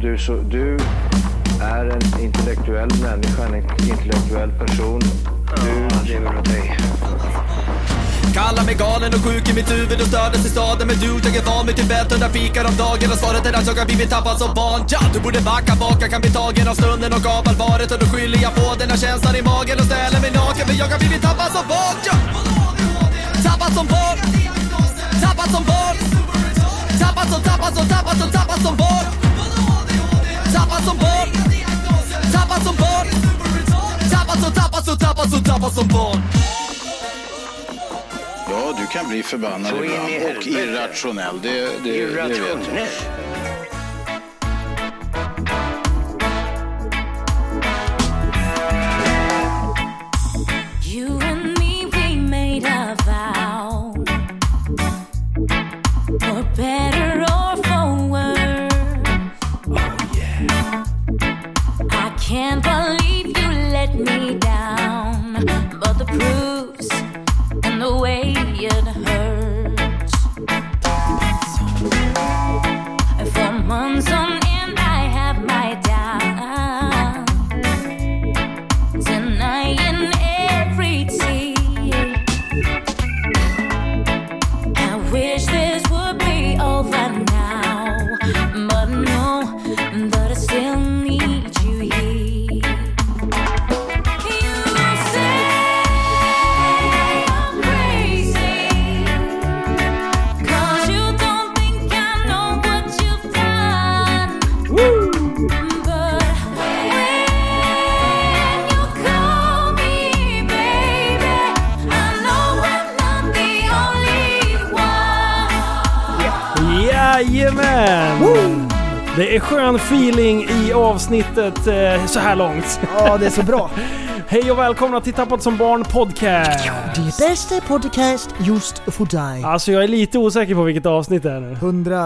du är en intellektuell människa, en intellektuell person. Du lever åt dig. Kallar mig galen och sjuk i mitt huvud och stördes i staden. Men du, jag är van vid Tibet under fikar om dagen. Och svaret är att jag har blivit tappad som barn. Ja, du borde backa bak, jag kan bli tagen av stunden och av allvaret. Och då skyller jag på den här känslan i magen och ställer mig naken. För jag har blivit tappad som barn. Ja. Tappad som barn. Tappad som barn. Tappad som barn. Tappad som barn. Tappad som barn. Tappad som barn. Ja, du kan bli förbannad ibland och irrationell. Det vet jag. You and me, we made a vow. For better or for worse. Oh yeah. I can't believe you let me down. But the proof's in the way it hurts. For months on end I have my doubts, denying every tear. I wish this would be over now, but no, but I still need you here. You say I'm crazy, 'cause you don't think I know what you've done. But when you call me baby, I know I'm not the only one. Jajamän! Det är skön feeling i avsnittet så här långt. Ja, det är så bra. Hej och välkomna till Tappat som barn podcast. Det bästa podcast just för dig. Alltså jag är lite osäker på vilket avsnitt det är nu.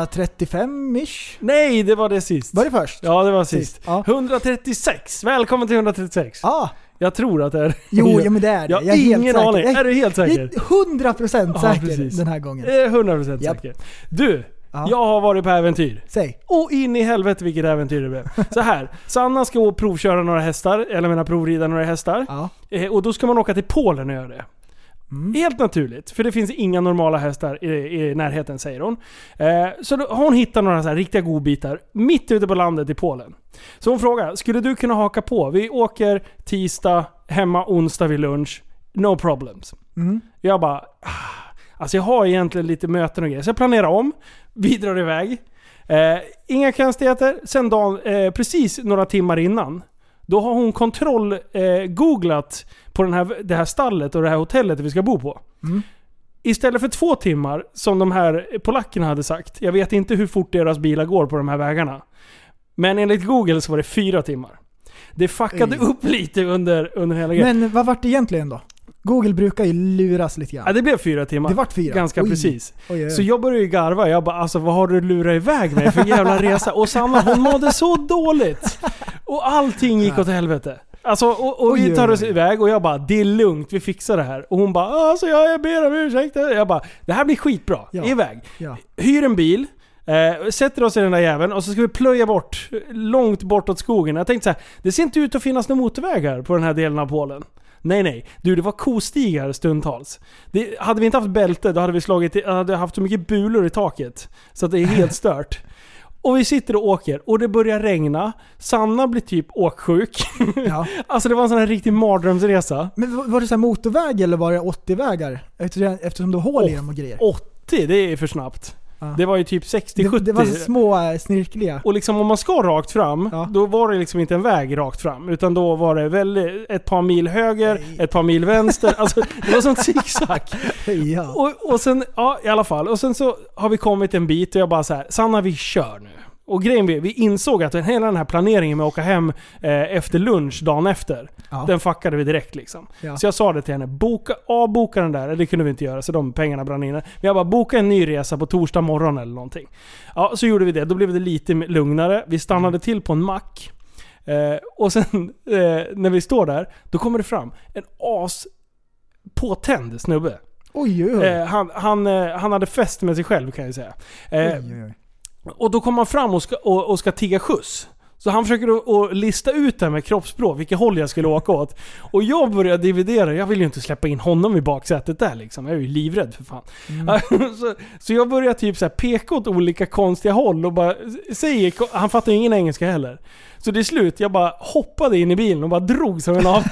135-ish. Nej, det var det sist. Var det först? Ja, det var sist. Ja. 136. Välkommen till 136. Ja. Jag tror att det är. Jo, ja, men det är det. Jag är helt ingen säker. aning. Är du helt säker? Jag är 100% säker precis. den här gången. Jag är 100% säker. Du, jag har varit på äventyr. Säg. Och in i helvete vilket äventyr det blev. Så här, Sanna ska provköra några hästar, eller menar provrida några hästar. Ja. Och då ska man åka till Polen och göra det. Helt naturligt, för det finns inga normala hästar i närheten, säger hon. Så då, hon hittar några så här riktiga godbitar mitt ute på landet i Polen. Så hon frågar, skulle du kunna haka på? Vi åker tisdag, hemma onsdag vid lunch. No problems. Jag bara, alltså jag har egentligen lite möten och grejer. Så jag planerar om, vi drar iväg. Inga konstigheter. Sen dagen, precis några timmar innan, då har hon googlat på det här stallet och det här hotellet vi ska bo på. Istället för 2 timmar som de här polackerna hade sagt. Jag vet inte hur fort deras bilar går på de här vägarna. Men enligt Google så var det 4 timmar. Det fuckade upp lite under hela grejen. Men vad var det egentligen då? Google brukar ju luras lite grann. Ja, det blev 4 timmar. Det vart 4. Ganska precis. Oj. Så jag började ju garva. Jag bara, alltså vad har du lurat iväg mig för jävla resa? Och Sanna, hon mådde så dåligt. Och allting gick åt helvete. Alltså, och vi tar oss iväg och jag bara, det är lugnt, vi fixar det här. Och hon bara, alltså jag ber om ursäkt. Jag bara, det här blir skitbra. Iväg. Ja. Hyr en bil. Sätter oss i den där jäveln och så ska vi plöja bort långt bortåt skogen. Jag tänkte så här, det ser inte ut att finnas några motorvägar på den här delen av Polen. Nej. Du, det var kostigar stundtals. Hade vi inte haft bälte, då hade haft så mycket bulor i taket. Så att det är helt stört. Och vi sitter och åker och det börjar regna. Sanna blir typ åksjuk. Ja. Alltså det var en sån här riktig mardrömsresa. Men var det så här motorväg eller var det 80-vägar? Eftersom du har hål i dem och grejer. 80, det är för snabbt. Ja. Det var ju typ 60-70. Det var så små snirkliga. Och liksom om man ska rakt fram, då var det liksom inte en väg rakt fram. Utan då var det väl ett par mil höger, ett par mil vänster. Alltså det var sånt zigzag. Ja. Och sen, i alla fall. Och sen så har vi kommit en bit och jag bara så här, Sanna, vi kör nu. Och grejen vi insåg att hela den här planeringen med att åka hem efter lunch dagen efter, den fuckade vi direkt liksom. Ja. Så jag sa det till henne, boka den där. Det kunde vi inte göra, så de pengarna brann in. Men jag bara, boka en ny resa på torsdag morgon eller någonting. Ja, så gjorde vi det. Då blev det lite lugnare. Vi stannade till på en mack. Och sen när vi står där, då kommer det fram en påtänd snubbe. Oj. Han hade fest med sig själv, kan jag säga. Oj. Och då kommer han fram och ska tigga skjuts. Så han försöker att lista ut det med kroppsspråk, vilket håll jag skulle åka åt. Och jag börjar dividera. Jag vill ju inte släppa in honom i baksätet där liksom. Jag är ju livrädd för fan. Så jag börjar typ så här peka åt olika konstiga håll och bara säger, han fattar ju ingen engelska heller. Så det är slut, jag bara hoppade in i bilen och bara drog som en av.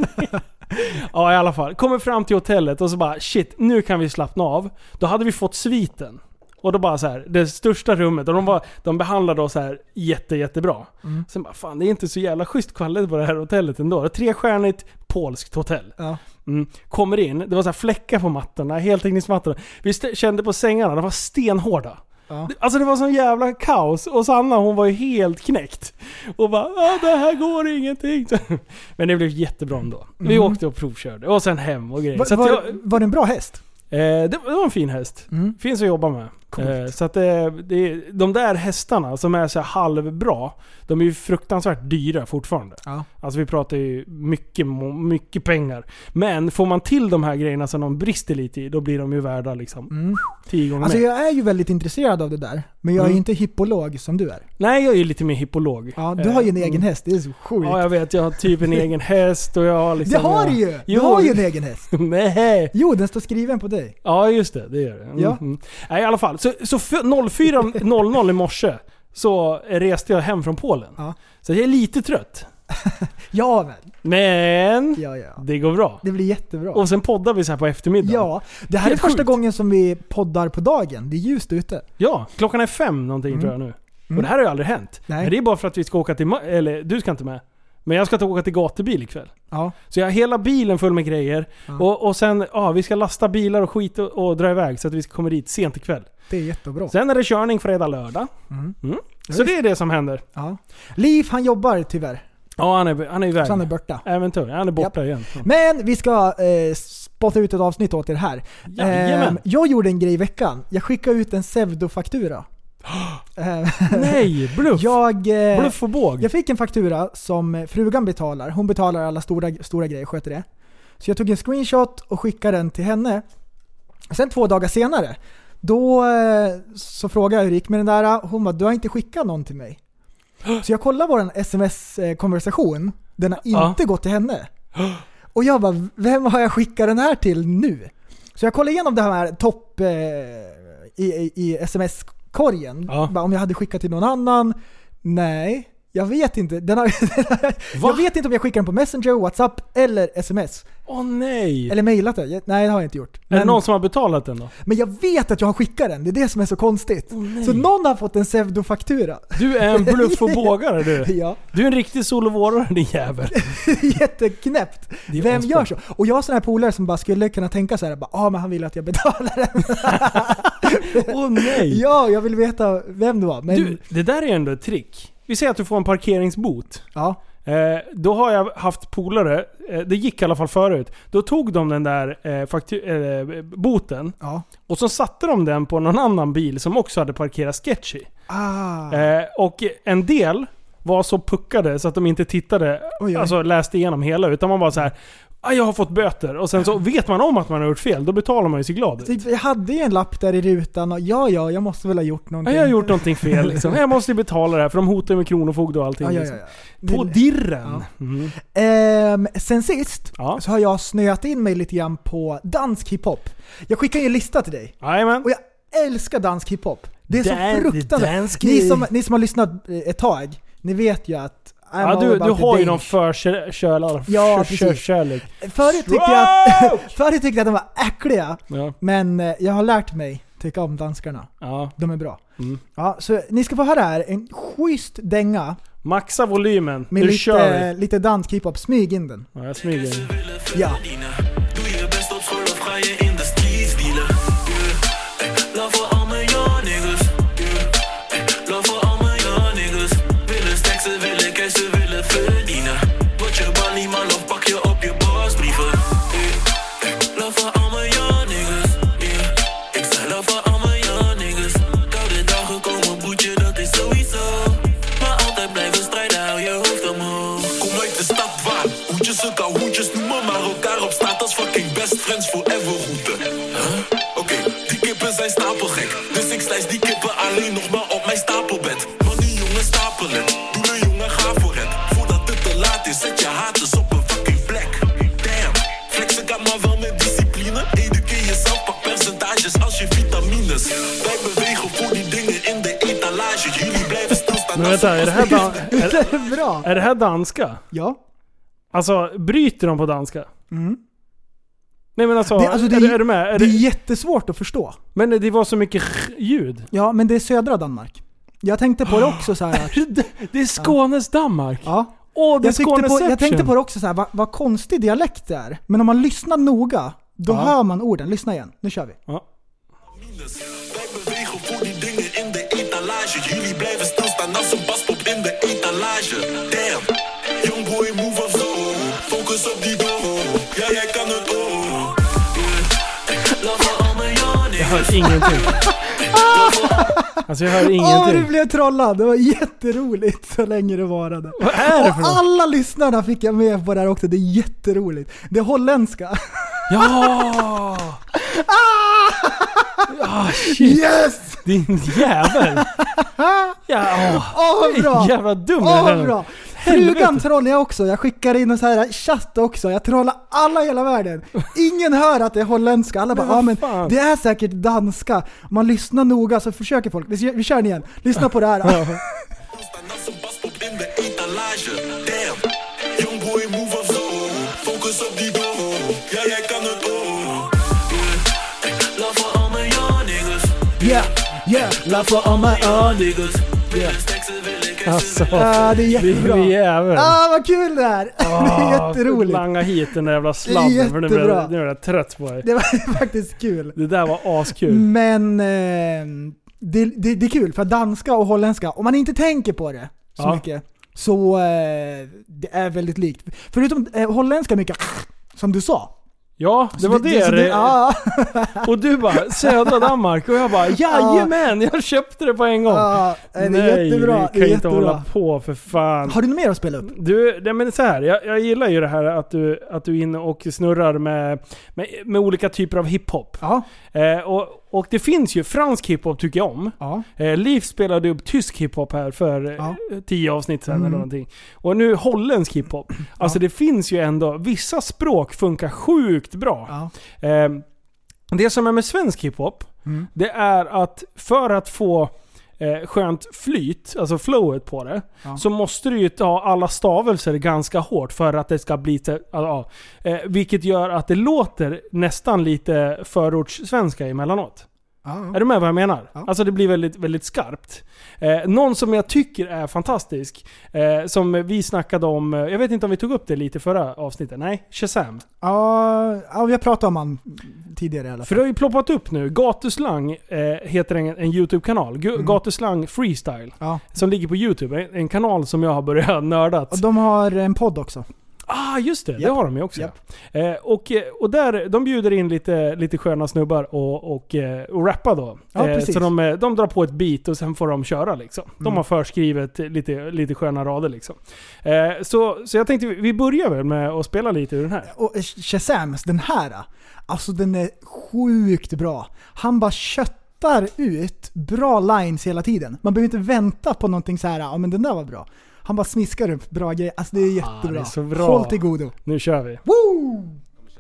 Ja, i alla fall. Kommer fram till hotellet och så bara shit, nu kan vi slappna av. Då hade vi fått sviten. Och då bara så här, det största rummet, och de behandlade oss här jättebra. Sen bara, fan, det är inte så jävla schysst kvalitet på det här hotellet ändå. 3-stjärnigt polskt hotell. Ja. Kommer in, det var så här fläckar på mattorna, heltäckningsmattorna. Vi kände på sängarna, de var stenhårda. Ja. Alltså det var sån jävla kaos. Och Sanna, hon var ju helt knäckt. Och bara, det här går ingenting. Men det blev jättebra ändå. Vi åkte och provkörde. Och sen hem och grejer. Var det en bra häst? Det var en fin häst. Finns att jobba med. Så att de där hästarna som är så här halvbra, de är ju fruktansvärt dyra fortfarande. Ja. Alltså vi pratar ju mycket pengar. Men får man till de här grejerna som de brister lite i, då blir de ju värda liksom 10 gånger alltså mer. Jag är ju väldigt intresserad av det där. Men jag är ju inte hippolog som du är. Nej, jag är ju lite mer hippolog. Ja, du har ju en egen häst, det är så sjukt. Ja, jag vet, jag har typ en egen häst och jag har liksom... Det har du ju! Du har ju en egen häst. Nej. Jo, den står skriven på dig. Ja, just det gör det. Ja. Nej, i alla fall. Så 04.00 i morse så reste jag hem från Polen. Ja. Så jag är lite trött. Ja, men ja. Det går bra. Det blir jättebra. Och sen poddar vi så här på eftermiddagen. Ja, det här är första gången som vi poddar på dagen. Det är ljust ute. Ja, klockan är 5 någonting tror jag nu. Och det här har ju aldrig hänt. Nej. Men det är bara för att vi ska åka till... Eller du ska inte med. Men jag ska åka till gatubil ikväll. Ja. Så jag har hela bilen full med grejer. Ja. Och sen, vi ska lasta bilar och skit och dra iväg så att vi kommer dit sent ikväll. Det är jättebra. Sen är det körning fredag, lördag. Så det är det som händer. Ja. Liv, han jobbar tyvärr. Ja, han är iväg. Så han är borta. Äventyr, han är borta igen. Ja. Men vi ska spotta ut ett avsnitt åt er här. Jag gjorde en grej i veckan. Jag skickade ut en pseudofaktura. Nej, bluff. Bluff och båg. Jag fick en faktura som frugan betalar. Hon betalar alla stora grejer, sköter det. Så jag tog en screenshot och skickade den till henne. Sen 2 dagar senare, då så frågade jag hur det gick med den där. Hon bara, du har inte skickat någon till mig. Så jag kollade vår sms-konversation. Den har inte gått till henne. Och jag bara, vem har jag skickat den här till nu? Så jag kollade igenom det här topp i sms-korgen. Bara, om jag hade skickat till någon annan. Nej, jag vet inte. Jag vet inte om jag skickar den på Messenger, WhatsApp eller sms. Nej. Eller mailat det. Nej, det har jag inte gjort. Är det någon som har betalat den då? Men jag vet att jag har skickat den. Det är det som är så konstigt. Så någon har fått en pseudofaktura. Du är en bluff och bågare du. Ja. Du är en riktig solovårare, din jävel. Jätteknäppt. Vem gör så? Och jag har såna här polare som bara skulle kunna tänka så här, bara, men han vill att jag betalar den. Nej. Ja, jag vill veta vem det var. Men... Du, det där är ändå ett trick. Vi säger att du får en parkeringsbot. Ja. Då har jag haft polare, det gick i alla fall förut. Då tog de den där boten och så satte de den på någon annan bil som också hade parkerat sketchy. Och en del var så puckade så att de inte tittade, alltså läste igenom hela, utan man bara så här: jag har fått böter. Och sen så vet man om att man har gjort fel. Då betalar man ju sig glad ut. Jag hade ju en lapp där i rutan och jag måste väl ha gjort någonting. Jag har gjort någonting fel liksom. Jag måste ju betala det här för de hotar med kronofogd och allting. Liksom. På dirren. Sen sist så har jag snöat in mig lite grann på dansk hiphop. Jag skickar ju en lista till dig. Jajamän. Och jag älskar dansk hiphop. Det är så fruktansvärt. Ni som har lyssnatt ett tag, ni vet ju att du har ju någon förkärlek. Ja, precis. Förut tyckte jag att de var äckliga. Ja. Men jag har lärt mig tycka om danskarna. Ja. De är bra. Ja, så ni ska få höra här en schysst dänga. Maxa volymen. Med lite dansk hiphop. Smyg in den. Ja, jag smyger in. Ja. Friends forever route. Oké, die kippen zijn stapel gek. Dus ik slijs die kippen alleen nog maar op mijn stapelbed. Want die jongen stapelen, doe de jongen, ga voor het. Voordat het te laat is, zet je haters op een fucking plek. Damn, flexen kan maar wel met discipline. Educeer jezelf, pak percentages als je vitamines. Wij bewegen voor die dingen in de etalage. Jullie blijven stilstaan. Men vänta, är Det är bra. Är det här danska? Ja. Alltså, bryter de på danska? Nej men alltså, är du med? Det är jättesvårt att förstå. Men det var så mycket ljud. Ja, men det är södra Danmark. Jag tänkte på det också så här. Det är Skånes Danmark. Ja. Det är jag tänkte på det också så här, vad konstig dialekt det är. Men om man lyssnar noga, då hör man orden. Lyssna igen, nu kör vi. Ja. Wij bewegen voor die dingen in de etalage. Jullie blijven stilstaan als een baspop in de etalage. Damn, young boy move of zo. Focus op die dough. Ja, jij kan het ook. Jag hör ingenting. Alltså jag hör ingenting. Du blev trollad. Det var jätteroligt så länge det varade. Vad är det för något? Alla lyssnarna fick jag med på det här också. Det är jätteroligt. Det är holländska. Ja! Shit. Yes! Din jävel. Bra. Jävla dum. Bra. Frugan trollar jag också. Jag skickar in en så här chatt också. Jag trollar alla i hela världen. Ingen hör att det är holländska. Alla bara, men det är säkert danska. Om man lyssnar noga så försöker folk. Vi kör den igen. Lyssna på det här. Yeah, love for all my own niggas. Yeah. Alltså, det är jättebra. Vad kul det här. Det är jätteroligt. Langa hit den där jävla sladden. För nu är jag trött på det. Det var faktiskt kul. Det där var askul. Men det är kul för danska och holländska, om man inte tänker på det så mycket, så det är väldigt likt. Förutom holländska mycket som du sa. Ja, det var det. Och du bara, södra Danmark. Och jag bara, jajamän, jag köpte det på en gång. Det är jättebra. Vi kan inte hålla på, för fan. Har du något mer att spela upp? Men så här, jag gillar ju det här att du är inne och snurrar med olika typer av hiphop. Och det finns ju fransk hiphop tycker jag om. Liv spelade upp tysk hiphop här för 10 avsnitt sedan eller någonting. Och nu holländsk hiphop. Alltså det finns ju ändå, vissa språk funkar sjukt bra. Det som är med svensk hiphop, det är att för att få skönt flyt, alltså flowet på det, så måste du ju ta alla stavelser ganska hårt för att det ska bli vilket gör att det låter nästan lite förortssvenska emellanåt. Är du med vad jag menar? Alltså det blir väldigt, väldigt skarpt. Någon som jag tycker är fantastisk, som vi snackade om, jag vet inte om vi tog upp det lite förra avsnittet. Nej, Shazam. Ja, vi har pratat om han tidigare i alla fall. För det har ju ploppat upp nu. Gatuslang heter en YouTube-kanal. Gatuslang Freestyle. Som ligger på YouTube. En kanal som jag har börjat nördat. Och de har en podd också. Just det. Det har de ju också. Och där, de bjuder in lite sköna snubbar och rappa då. Så de drar på ett beat och sen får de köra liksom. De har förskrivet lite sköna rader liksom. Så jag tänkte vi börjar väl med att spela lite ur den här. Och Shazams, den här, alltså den är sjukt bra. Han bara köttar ut bra lines hela tiden. Man behöver inte vänta på någonting så här, men den där var bra. Han bara smiskar upp bra grejer. Alltså det är jättebra. Det är så bra. Håll till godo. Nu kör vi. Woo!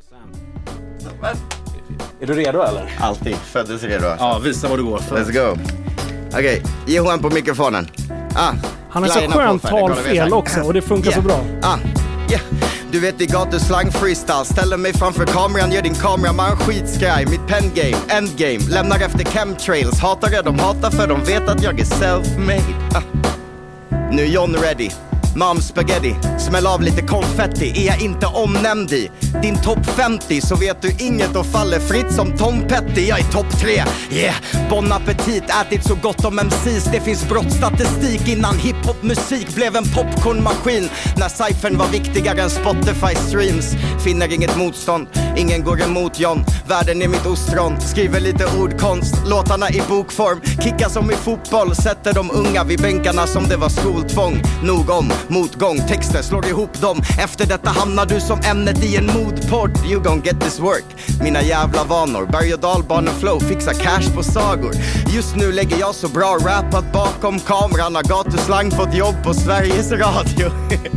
Är du redo eller? Alltid. Föddes redo. Ja, visa vad du går för. Let's go. Okej, ge honom på mikrofonen. Han är så skönt talfel också och det funkar så bra. Du vet i gatuslang freestyle. Ställer mig framför kameran, gör din kameraman skitskraj. Mitt pengame, endgame, lämnar efter chemtrails. Hatare de hatar för de vet att jag är self-made. Nu är John ready. Mom spaghetti, smäll av lite konfetti. Är jag inte omnämnd i din topp 50 så vet du inget och faller fritt som Tom Petty. Jag är topp 3, yeah. Bon appetit, ätit så gott om MCs. Det finns brottstatistik innan hiphop-musik blev en popcornmaskin. När cyphern var viktigare än Spotify streams. Finner inget motstånd, ingen går emot John. Världen är mitt ostron, skriver lite ordkonst. Låtarna i bokform, kickar som i fotboll. Sätter de unga vid bänkarna som det var skoltvång. Nog om motgång, texter slår ihop dem. Efter detta hamnar du som ämnet i en modpodd. You gon' get this work. Mina jävla vanor, berg- och dalbaneflow, fixa cash på sagor. Just nu lägger jag så bra rappat bakom kameran. Har gatuslang fått jobb på Sveriges Radio.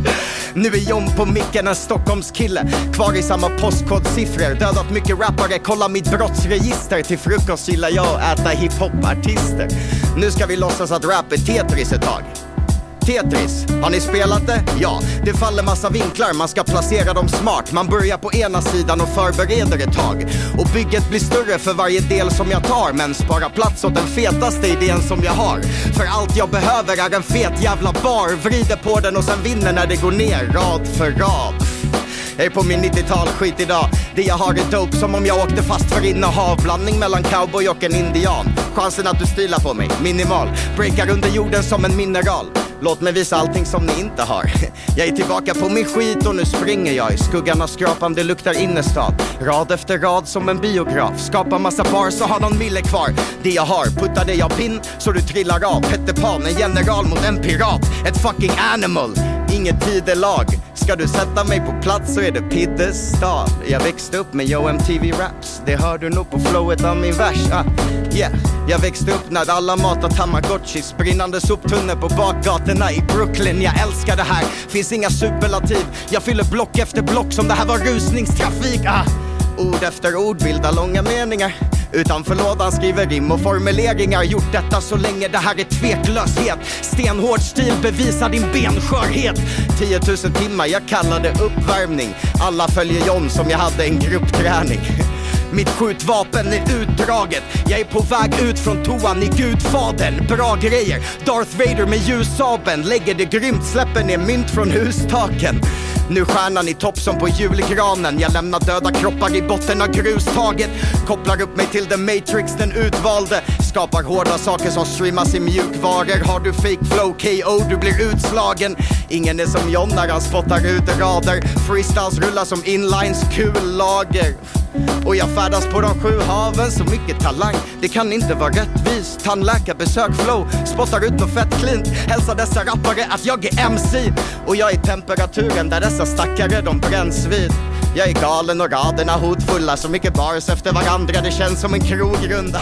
Nu är John på micken, en Stockholmskille. Kvar i samma postkodsiffror. Dödat mycket rappare, kolla mitt brottsregister. Till frukost gillar jag att äta hiphop-artister. Nu ska vi låtsas att rap är Tetris ett tag. Tetris, har ni spelat det? Ja, det faller massa vinklar, man ska placera dem smart. Man börjar på ena sidan och förbereder ett tag. Och bygget blir större för varje del som jag tar. Men spara plats åt den fetaste idén som jag har. För allt jag behöver är en fet jävla bar. Vrider på den och sen vinner när det går ner, rad för rad. Jag är på min 90-tal skit idag. Det jag har är dope som om jag åkte fast för innehav. Blandning mellan cowboy och en indian. Chansen att du stilar på mig, minimal. Breakar under jorden som en mineral. Låt mig visa allting som ni inte har. Jag är tillbaka på min skit och nu springer jag. I skuggan av skrapan, det luktar innerstad. Rad efter rad som en biograf. Skapar massa bar så har någon mille kvar. Det jag har, puttar det jag pinn så du trillar av. Petter Pan, en general mot en pirat. Ett fucking animal, inget tidelag. Ska du sätta mig på plats så är det piedestal. Jag växte upp med MTV Raps. Det hör du nog på flowet av min vers. Yeah. Jag växte upp när alla matar Tamagotchis. Brinnande soptunnor på bakgatorna i Brooklyn. Jag älskar det här, finns inga superlativ. Jag fyller block efter block som det här var rusningstrafik. Ord efter ord bildar långa meningar. Utanför lådan skriver rim och formuleringar. Gjort detta så länge det här är tveklöshet. Stenhård stil bevisar din benskörhet. 10 000 timmar, jag kallar det uppvärmning. Alla följer John som jag hade en gruppträning. Mitt skjutvapen är utdraget. Jag är på väg ut från toan i Gudfadern. Bra grejer, Darth Vader med ljussabeln. Lägger det grymt, släpper ner mynt från hustaken. Nu stjärnan i topp som på julgranen. Jag lämnar döda kroppar i botten av grustaget. Kopplar upp mig till The Matrix, den utvalde. Skapar hårda saker som streamas i mjukvaror. Har du fake flow KO, du blir utslagen. Ingen är som John när han spottar ut rader. Freestyles rullar som inlines, kullager. Och jag färdas på de 7 haven, så mycket talang. Det kan inte vara rättvist. Tandläkarbesök flow, spottar ut något fett klint. Hälsar dessa rappare att jag är MC. Och jag är temperaturen där dessa stackare de bränns vid. Jag är galen och raderna hotfulla. Så mycket bars efter varandra, det känns som en krogrunda.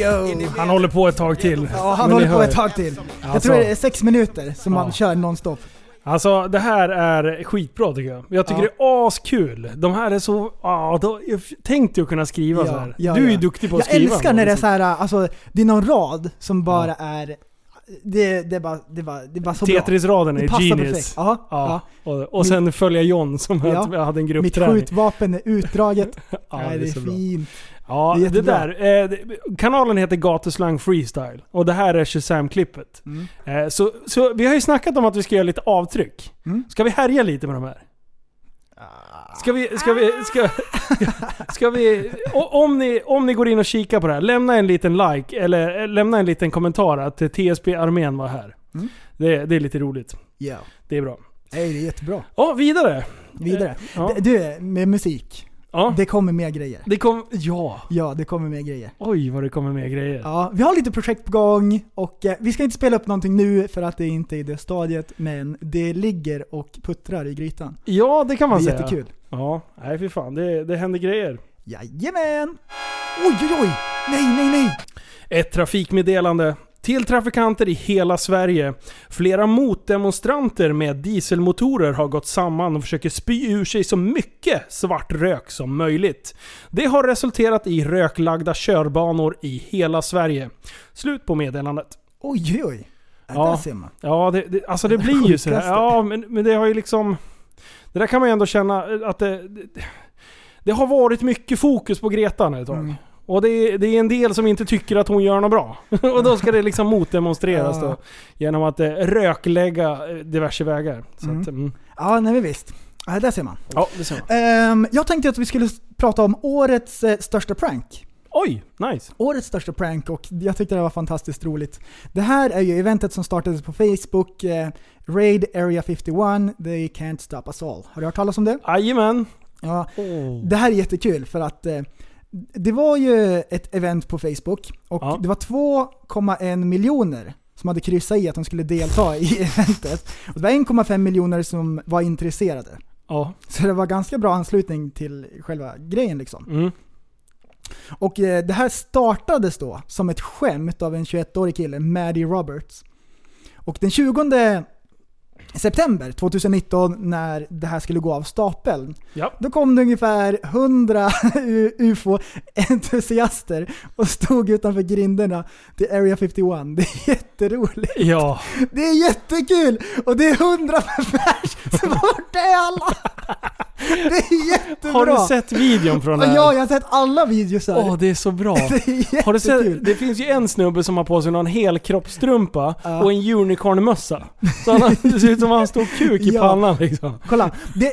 Han håller på ett tag till. Ja, han håller på ett tag till. Jag Alltså, tror det är 6 minuter som man kör nonstop. Alltså det här är skitbra tycker jag. Jag tycker det är askul. De här är så... jag tänkte ju kunna skriva så här. Du är ju duktig på att skriva. Jag älskar när det är så här, alltså, det är någon rad som bara är... Det är bara så bra. Tetris-raden är genius. Ja. Och sen följer John som jag hade en gruppträning. Mitt skjutvapen är utdraget. Nej, det är fint. Ja, det där. Kanalen heter Gatuslang Freestyle. Och det här är Shazam-klippet. Så vi har ju snackat om att vi ska göra lite avtryck. Ska vi härja lite med de här? Ska vi om ni går in och kikar på det här, lämna en liten like eller lämna en liten kommentar att TSB-armén var här. Det är lite roligt. Ja. Det är bra. Nej, det är jättebra. Ja, vidare. Du, med musik. Ja. Det kommer mer grejer. Ja, det kommer mer grejer. Oj, vad det kommer mer grejer. Ja, vi har lite projekt på gång och vi ska inte spela upp någonting nu för att det inte är i det stadiet, men det ligger och puttrar i grytan. Ja, det kan man säga. Det är jättekul. Ja, nej för fan, det händer grejer. Jajamän! Oj! Nej! Ett trafikmeddelande till trafikanter i hela Sverige. Flera motdemonstranter med dieselmotorer har gått samman och försöker spy ur sig så mycket svart rök som möjligt. Det har resulterat i röklagda körbanor i hela Sverige. Slut på meddelandet. Oj. Där ser man. Ja, alltså det blir ju så här. Ja, men det har ju liksom... Det där kan man ju ändå känna att det har varit mycket fokus på Greta nu ett tag. Och det är en del som inte tycker att hon gör något bra. Och då ska det liksom motdemonstreras då, genom att röklägga diverse vägar. Så att, Ja, nej visst. Ja, där ser man. Ja, det ser man. Jag tänkte att vi skulle prata om årets största prank. Oj, nice. Årets största prank, och jag tyckte det var fantastiskt roligt. Det här är ju eventet som startades på Facebook, Raid Area 51, They Can't Stop Us All. Har du hört talas om det? Jajamän. Ja, det här är jättekul för att det var ju ett event på Facebook och det var 2,1 miljoner som hade kryssat i att de skulle delta i eventet. Och det var 1,5 miljoner som var intresserade. Ja. Så det var ganska bra anslutning till själva grejen liksom. Mm. Och det här startades då som ett skämt av en 21-årig kille, Maddie Roberts. Och den 20 september 2019 när det här skulle gå av stapeln, då kom det ungefär 100 UFO-entusiaster och stod utanför grinderna till Area 51. Det är jätteroligt. Ja. Det är jättekul! Och det är 100 pers. Så vart är alla? Det är jättebra. Har du sett videon från det här? Ja, jag har sett alla videos här. Det är så bra. Har du sett? Det finns ju en snubbe som har på sig någon helkroppstrumpa och en unicornmössa. Så det ser ut som han står kuk i pannan liksom. Kolla.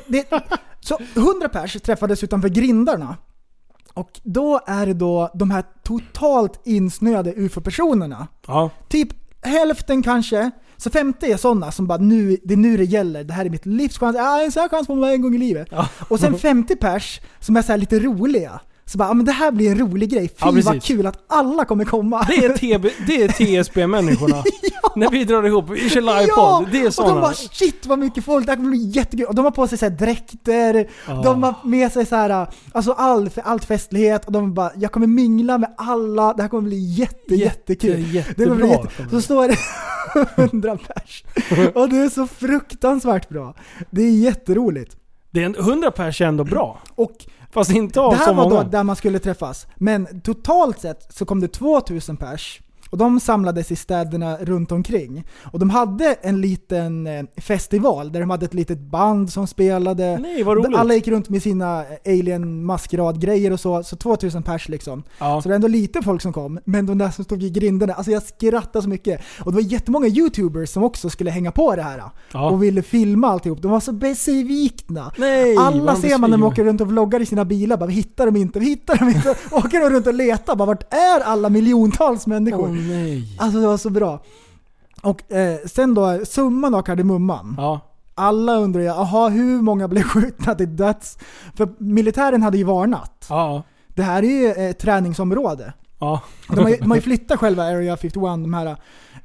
Så 100 pers träffades utanför grindarna. Och då är det då de här totalt insnöade UFO-personerna. Ja. Typ hälften kanske. Så 50 är sådana som bara det är nu det gäller. Det här är mitt livschans. En sån här chans på mig en gång i livet. Ja. Och sen 50 pers som är så här lite roliga. Så bara, men det här blir en rolig grej. Fy vad kul att alla kommer komma. Det är TSB-människorna. När vi drar ihop, vi kör livepodd. Det är såna. Och de bara, shit vad mycket folk. Det här kommer bli jättekul. Och de har på sig så här dräkter. De har med sig så här, alltså allt festlighet. Och de bara, jag kommer mingla med alla. Det här kommer bli jättekul. Jättebra. Så står det 100 pers. Och det är så fruktansvärt bra. Det är jätteroligt. Det är 100 pers är ändå bra. Och fast inte av det här så var många. då där man skulle träffas. Men totalt sett så kom det 2000 pers. Och de samlades i städerna runt omkring. Och de hade en liten festival där de hade ett litet band som spelade. Nej, vad roligt. Alla gick runt med sina alien-maskeradgrejer och så 2000 pers liksom. Ja. Så det är ändå lite folk som kom. Men de där som stod i grindarna, alltså jag skrattade så mycket. Och det var jättemånga YouTubers som också skulle hänga på det här. Ja. Och ville filma alltihop. De var så besvikna. Nej, alla ser man när de åker runt och vloggar i sina bilar. Bara, vi hittar dem inte. Åker de runt och letar. Bara, vart är alla miljontals människor? Nej. Alltså det var så bra. Och sen då, summan av kardemumman. Ja. Alla undrar, hur många blev skjutna till döds? För militären hade ju varnat. Ja. Det här är ju ett träningsområde. Ja. De har ju flyttat själva Area 51, de här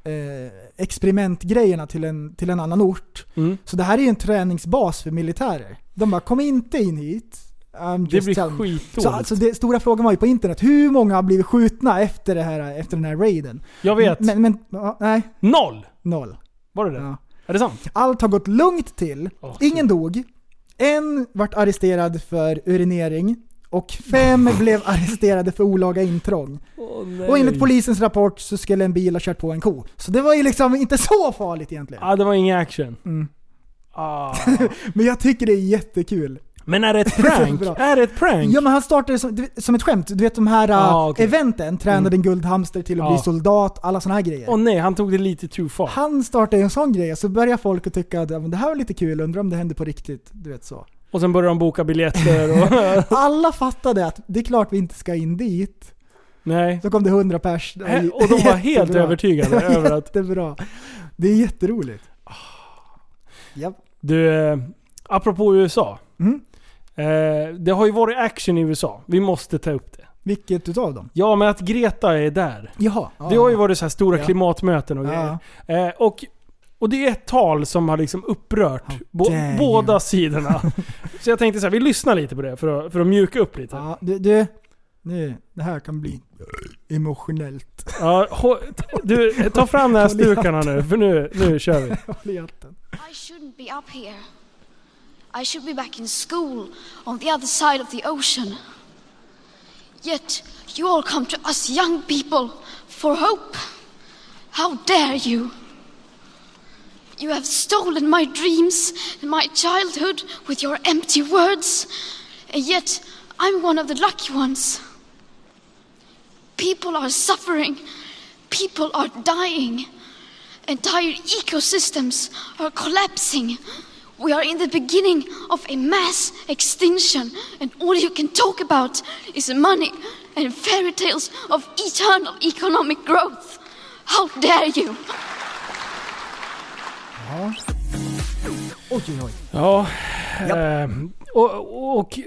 experimentgrejerna till en annan ort. Mm. Så det här är ju en träningsbas för militärer. De bara, kom inte in hit. Det blir skitdåligt. Så alltså det stora frågan var ju på internet, hur många har blivit skjutna efter den här raiden? Jag vet. Men nej. 0. Var det? Ja. Är det sant? Allt har gått lugnt till. Ingen dog. En vart arresterad för urinering. Och 5 blev arresterade för olaga intrång. Och enligt polisens rapport så skulle en bil ha kört på en ko. Så det var ju liksom inte så farligt egentligen. Ja, det var ingen action. Men jag tycker det är jättekul. Men är det ett prank? Är det ett prank? Ja, men han startade som ett skämt. Du vet de här eventen, tränade en guldhamster till att bli soldat, alla såna här grejer. Nej, han tog det lite too far. Han startade en sån grej, så börjar folk att tycka att det här var lite kul, undrar om det hände på riktigt, du vet så. Och sen började de boka biljetter och alla fattade att det är klart vi inte ska in dit. Nej. Så kom det 100 pers. Och de var helt övertygade över att... Jättebra. Det är jätteroligt. Yep. Du, apropå USA. Det har ju varit action i USA. Vi måste ta upp det. Vilket utav dem? Ja, men att Greta är där. Jaha. Det har ju varit så här stora klimatmöten och grejer. Och det är ett tal som har liksom upprört båda sidorna. Så jag tänkte så här, vi lyssnar lite på det för att mjuka upp lite. Ja, det här kan bli emotionellt. Ja, du, ta fram de här stukarna nu, för nu kör vi. I shouldn't be up here. I should be back in school on the other side of the ocean. Yet you all come to us young people for hope. How dare you? You have stolen my dreams and my childhood with your empty words. And yet I'm one of the lucky ones. People are suffering. People are dying. Entire ecosystems are collapsing. We are in the beginning of a mass extinction, and all you can talk about is money and fairy tales of eternal economic growth. How dare you? Ja. Oj. Ja. Och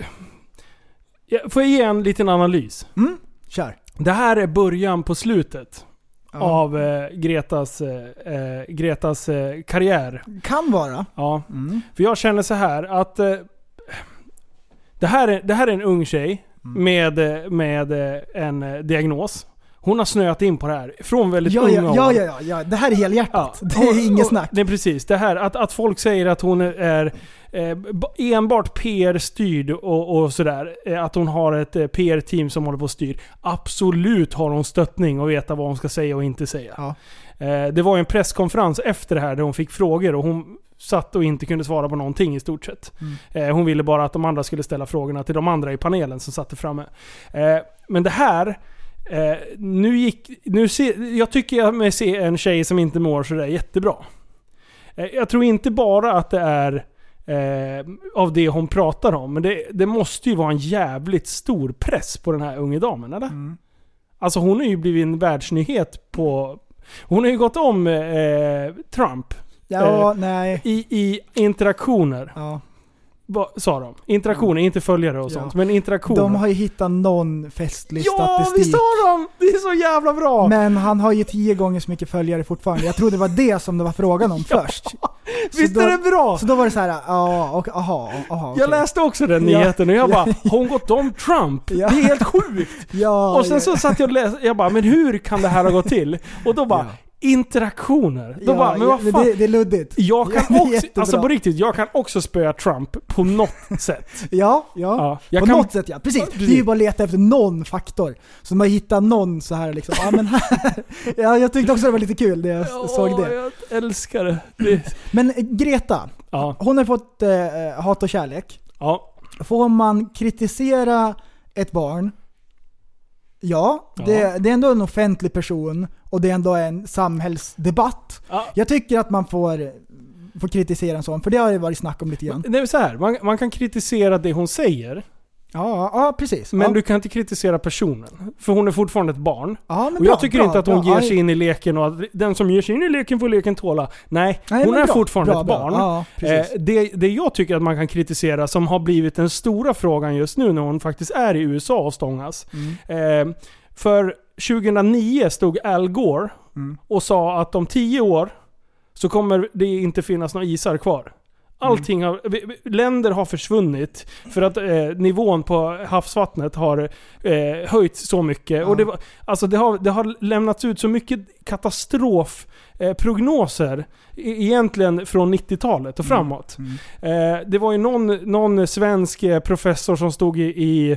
får jag ge en liten analys? Kör. Det här är början på slutet av Gretas karriär. Kan vara. Ja. För jag känner så här att det här är en ung tjej med en diagnos. Hon har snöat in på det här från väldigt unga år. Ja. Det här är helhjärtat. Det är inget snack. Det är precis. Det här att folk säger att hon är enbart PR-styrd och sådär. Att hon har ett PR-team som håller på att styr. Absolut har hon stöttning och veta vad hon ska säga och inte säga. Ja. Det var ju en presskonferens efter det här där hon fick frågor och hon satt och inte kunde svara på någonting i stort sett. Hon ville bara att de andra skulle ställa frågorna till de andra i panelen som satt framme. Men det här jag tycker jag mig se en tjej som inte mår så där jättebra. Jag tror inte bara att det är av det hon pratar om, men det måste ju vara en jävligt stor press på den här unga damen, eller? Alltså hon har ju blivit en världsnyhet på... Hon har ju gått om Trump i interaktioner. Ja. Sa de. Interaktioner, inte följare och sånt. Men interaktioner. De har ju hittat någon festlig statistik. Ja, visst har de! Det är så jävla bra! Men han har ju 10 gånger så mycket följare fortfarande. Jag trodde det var det som det var frågan om först. Visst är det bra? Så då var det så här, aha. Jag läste också den nyheten och jag bara, har hon gått om Trump? Det är helt sjukt! Och sen så satt jag och läste, jag bara, men hur kan det här ha gått till? Och då bara... interaktioner. Då bara, men vad fan? Det är luddigt. Jag kan också, alltså på riktigt, jag kan också spöa Trump på något sätt. Ja. På något sätt, ja. Precis. Det är ju bara att leta efter någon faktor. Så man hittar någon så här liksom. Ja, men här. Ja, jag tyckte också det var lite kul när jag såg det. Jag älskar det. Men Greta, hon har fått hat och kärlek. Ja. Får man kritisera ett barn? Ja, det är ändå en offentlig person och det är ändå en samhällsdebatt. Ja. Jag tycker att man får kritisera en sån, för det har ju varit snack om lite grann. Det är så här, man kan kritisera det hon säger. Ja, precis. Men du kan inte kritisera personen, för hon är fortfarande ett barn. Ja, men och jag tycker inte att hon ger sig in i leken och att den som ger sig in i leken får leken tåla. Nej, hon är fortfarande ett barn. Ja, det jag tycker att man kan kritisera, som har blivit den stora frågan just nu när hon faktiskt är i USA och stångas. För 2009 stod Al Gore och sa att om 10 år så kommer det inte finnas några isar kvar. Allting länder har försvunnit för att nivån på havsvattnet har höjts så mycket. Och det har lämnats ut så mycket katastrofprognoser egentligen från 90-talet och framåt. Det var ju någon svensk professor som stod i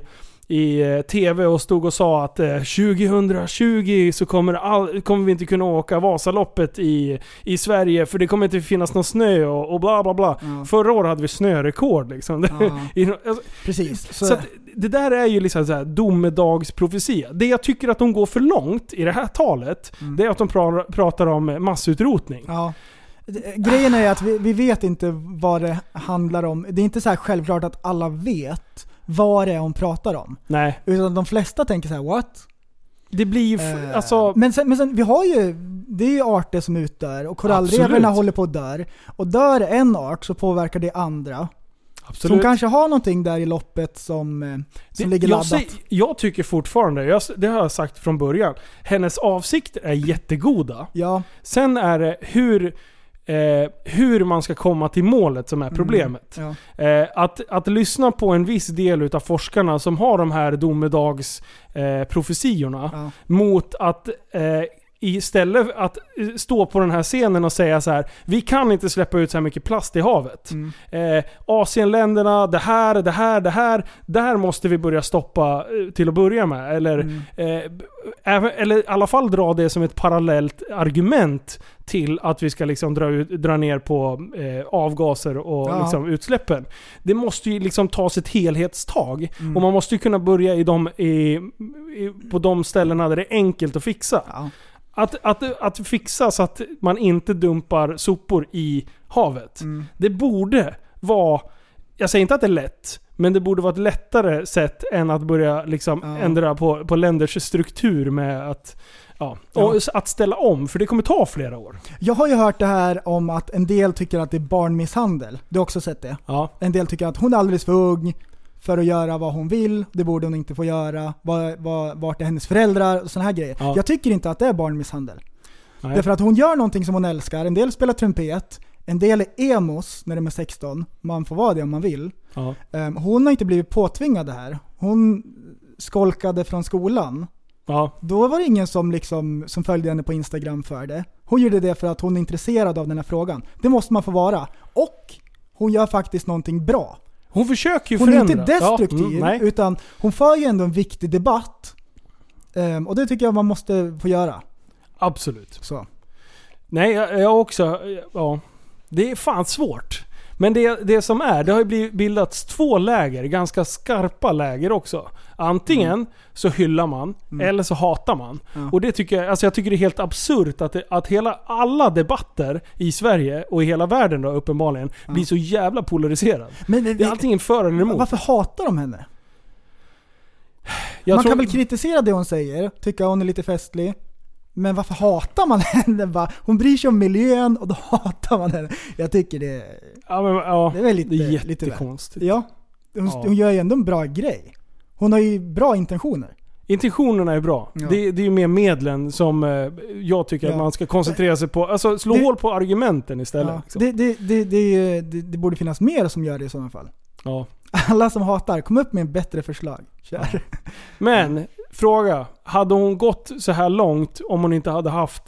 TV och stod och sa att 2020 så kommer vi inte kunna åka Vasaloppet i Sverige, för det kommer inte finnas någon snö och bla bla bla. Förra året hade vi snörekord liksom. Precis. Så att det där är ju liksom så här domedagsprofetia. Det jag tycker att de går för långt i det här talet, det är att de pratar om massutrotning. Ja. Grejen är att vi vet inte vad det handlar om. Det är inte så här självklart att alla vet vad det är hon pratar om. Nej. Utan de flesta tänker så här, what? Det blir alltså... Men sen vi har ju, det är ju arter som utdör och korallrevorna håller på att dö. Och dör en art så påverkar det andra. Absolut. Så hon kanske har någonting där i loppet som ligger laddat. Jag tycker fortfarande, det har jag sagt från början, hennes avsikter är jättegoda. Ja. Sen är det hur man ska komma till målet som är problemet. Att lyssna på en viss del utav forskarna som har de här domedagsprofetiorna mot att istället att stå på den här scenen och säga så här: vi kan inte släppa ut så här mycket plast i havet. Asienländerna, det här måste vi börja stoppa till att börja med. Eller i alla fall dra det som ett parallellt argument till att vi ska liksom dra ner på avgaser och liksom utsläppen. Det måste ju liksom tas ett helhetstag. Och man måste ju kunna börja på de ställena där det är enkelt att fixa. Att fixa så att man inte dumpar sopor i havet. Det borde vara, jag säger inte att det är lätt, men det borde vara ett lättare sätt än att börja liksom ändra på länders struktur med och att ställa om, för det kommer ta flera år. Jag har ju hört det här om att en del tycker att det är barnmisshandel. Du har också sett det? Ja. En del tycker att hon är alldeles för ung för att göra vad hon vill. Det borde hon inte få göra. Vart är hennes föräldrar och såna här grejer. Ja. Jag tycker inte att det är barnmisshandel. Nej. Därför att hon gör någonting som hon älskar. En del spelar trumpet. En del är emos när de är 16. Man får vara det om man vill. Ja. Hon har inte blivit påtvingad det här. Hon skolkade från skolan. Ja. Då var det ingen som följde henne på Instagram för det. Hon gjorde det för att hon är intresserad av den här frågan. Det måste man få vara. Och hon gör faktiskt någonting bra. Hon försöker ju hon förändra. Hon är inte destruktiv, utan hon för ju ändå en viktig debatt. Och det tycker jag man måste få göra. Absolut. Så. Nej, jag också... Ja. Det är fan svårt. Men det som det har ju bildats 2 läger, ganska skarpa läger också. Antingen så hyllar man eller så hatar man. Och det tycker jag tycker det är helt absurt att alla debatter i Sverige och i hela världen då uppenbarligen blir så jävla polariserad. Men det är antingen för eller emot. Varför hatar de henne? Man kan väl kritisera det hon säger, tycka hon är lite festlig. Men varför hatar man henne? Hon bryr sig om miljön och då hatar man henne. Jag tycker det är väl lite jättekonstigt. Ja, hon gör ju ändå en bra grej. Hon har ju bra intentioner. Intentionerna är bra. Ja. Det är ju mer medlen som jag tycker att man ska koncentrera sig på. Alltså slå hål på argumenten istället. Ja. Liksom. Det borde finnas mer som gör det i sådana fall. Ja. Alla som hatar, kom upp med en bättre förslag. Kör. Ja. Men, fråga. Hade hon gått så här långt om hon inte hade haft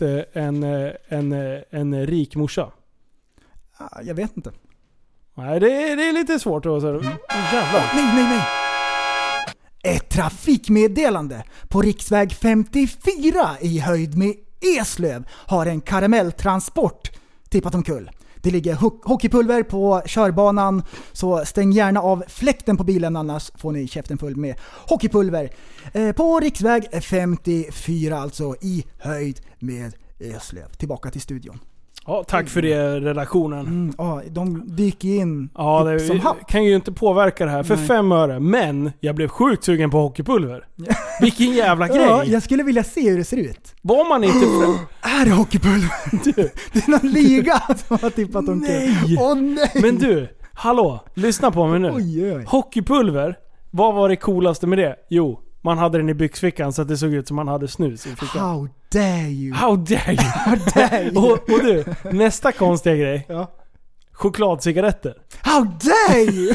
en rik morsa? Jag vet inte. Nej, det är lite svårt att säga. Jävlar. Nej. Ett trafikmeddelande på riksväg 54 i höjd med Eslöv har en karamelltransport tippat omkull. Det ligger hockeypulver på körbanan, så stäng gärna av fläkten på bilen, annars får ni käften full med hockeypulver. På riksväg 54 alltså i höjd med Eslöv. Tillbaka till studion. Ja, tack för det, redaktionen. Ja, de dyker in som kan ju inte påverka det här för 5 öre. Men jag blev sjukt sugen på hockeypulver. Vilken jävla grej. Ja, jag skulle vilja se hur det ser ut. Var man inte... Är det hockeypulver? Det är någon liga som har tippat omkring. Nej! Men du, hallå, lyssna på mig nu. Oj. Hockeypulver, vad var det coolaste med det? Jo, man hade den i byxfickan så att det såg ut som man hade snus i fickan. How dare you? How dare you? och du, nästa konstiga grej. Ja. Chokladcigaretter. How dare you?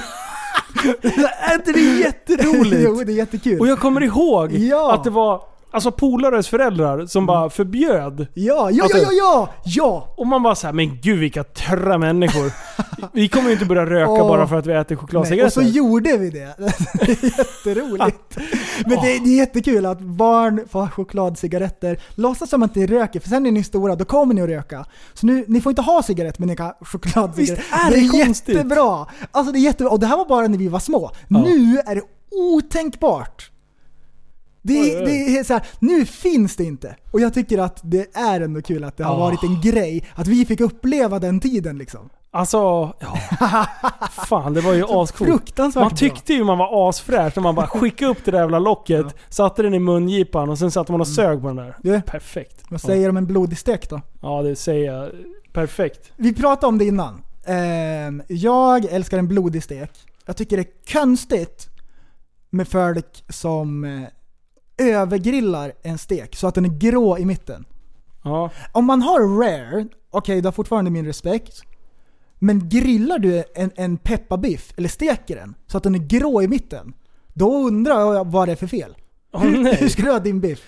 Är inte det jätteroligt? Jo, det är jättekul. Och jag kommer ihåg att det var polares föräldrar som bara förbjöd. Ja. Och man var så här, men gud vilka törra människor. Vi kommer ju inte börja röka bara för att vi äter chokladcigaretter. Och så gjorde vi det. Det är jätteroligt. Men det är jättekul att barn får chokladcigaretter. Låtsas som att ni röker, för sen är ni stora, då kommer ni att röka. Så nu, ni får inte ha cigarett, men ni kan ha chokladcigaretter. Visst är det konstigt? Jättebra. Alltså det är jättebra. Och det här var bara när vi var små. Nu är det otänkbart. Det är så här, nu finns det inte. Och jag tycker att det är ändå kul att det har varit en grej att vi fick uppleva den tiden liksom. Alltså, fan, det var ju ascoolt. Man tyckte ju man var asfräsch när man bara skickade upp det där jävla locket, satte den i mungipan och sen satte man och sög på den där. Ja. Perfekt. Vad säger de om en blodig stek då? Ja, det säger jag. Perfekt. Vi pratade om det innan. Jag älskar en blodig stek. Jag tycker det är konstigt med folk som övergrillar en stek så att den är grå i mitten. Ja. Om man har rare, okej, då har fortfarande min respekt. Men grillar du en pepparbiff eller steker den så att den är grå i mitten, då undrar jag vad det är för fel. Hur ska du ha din biff?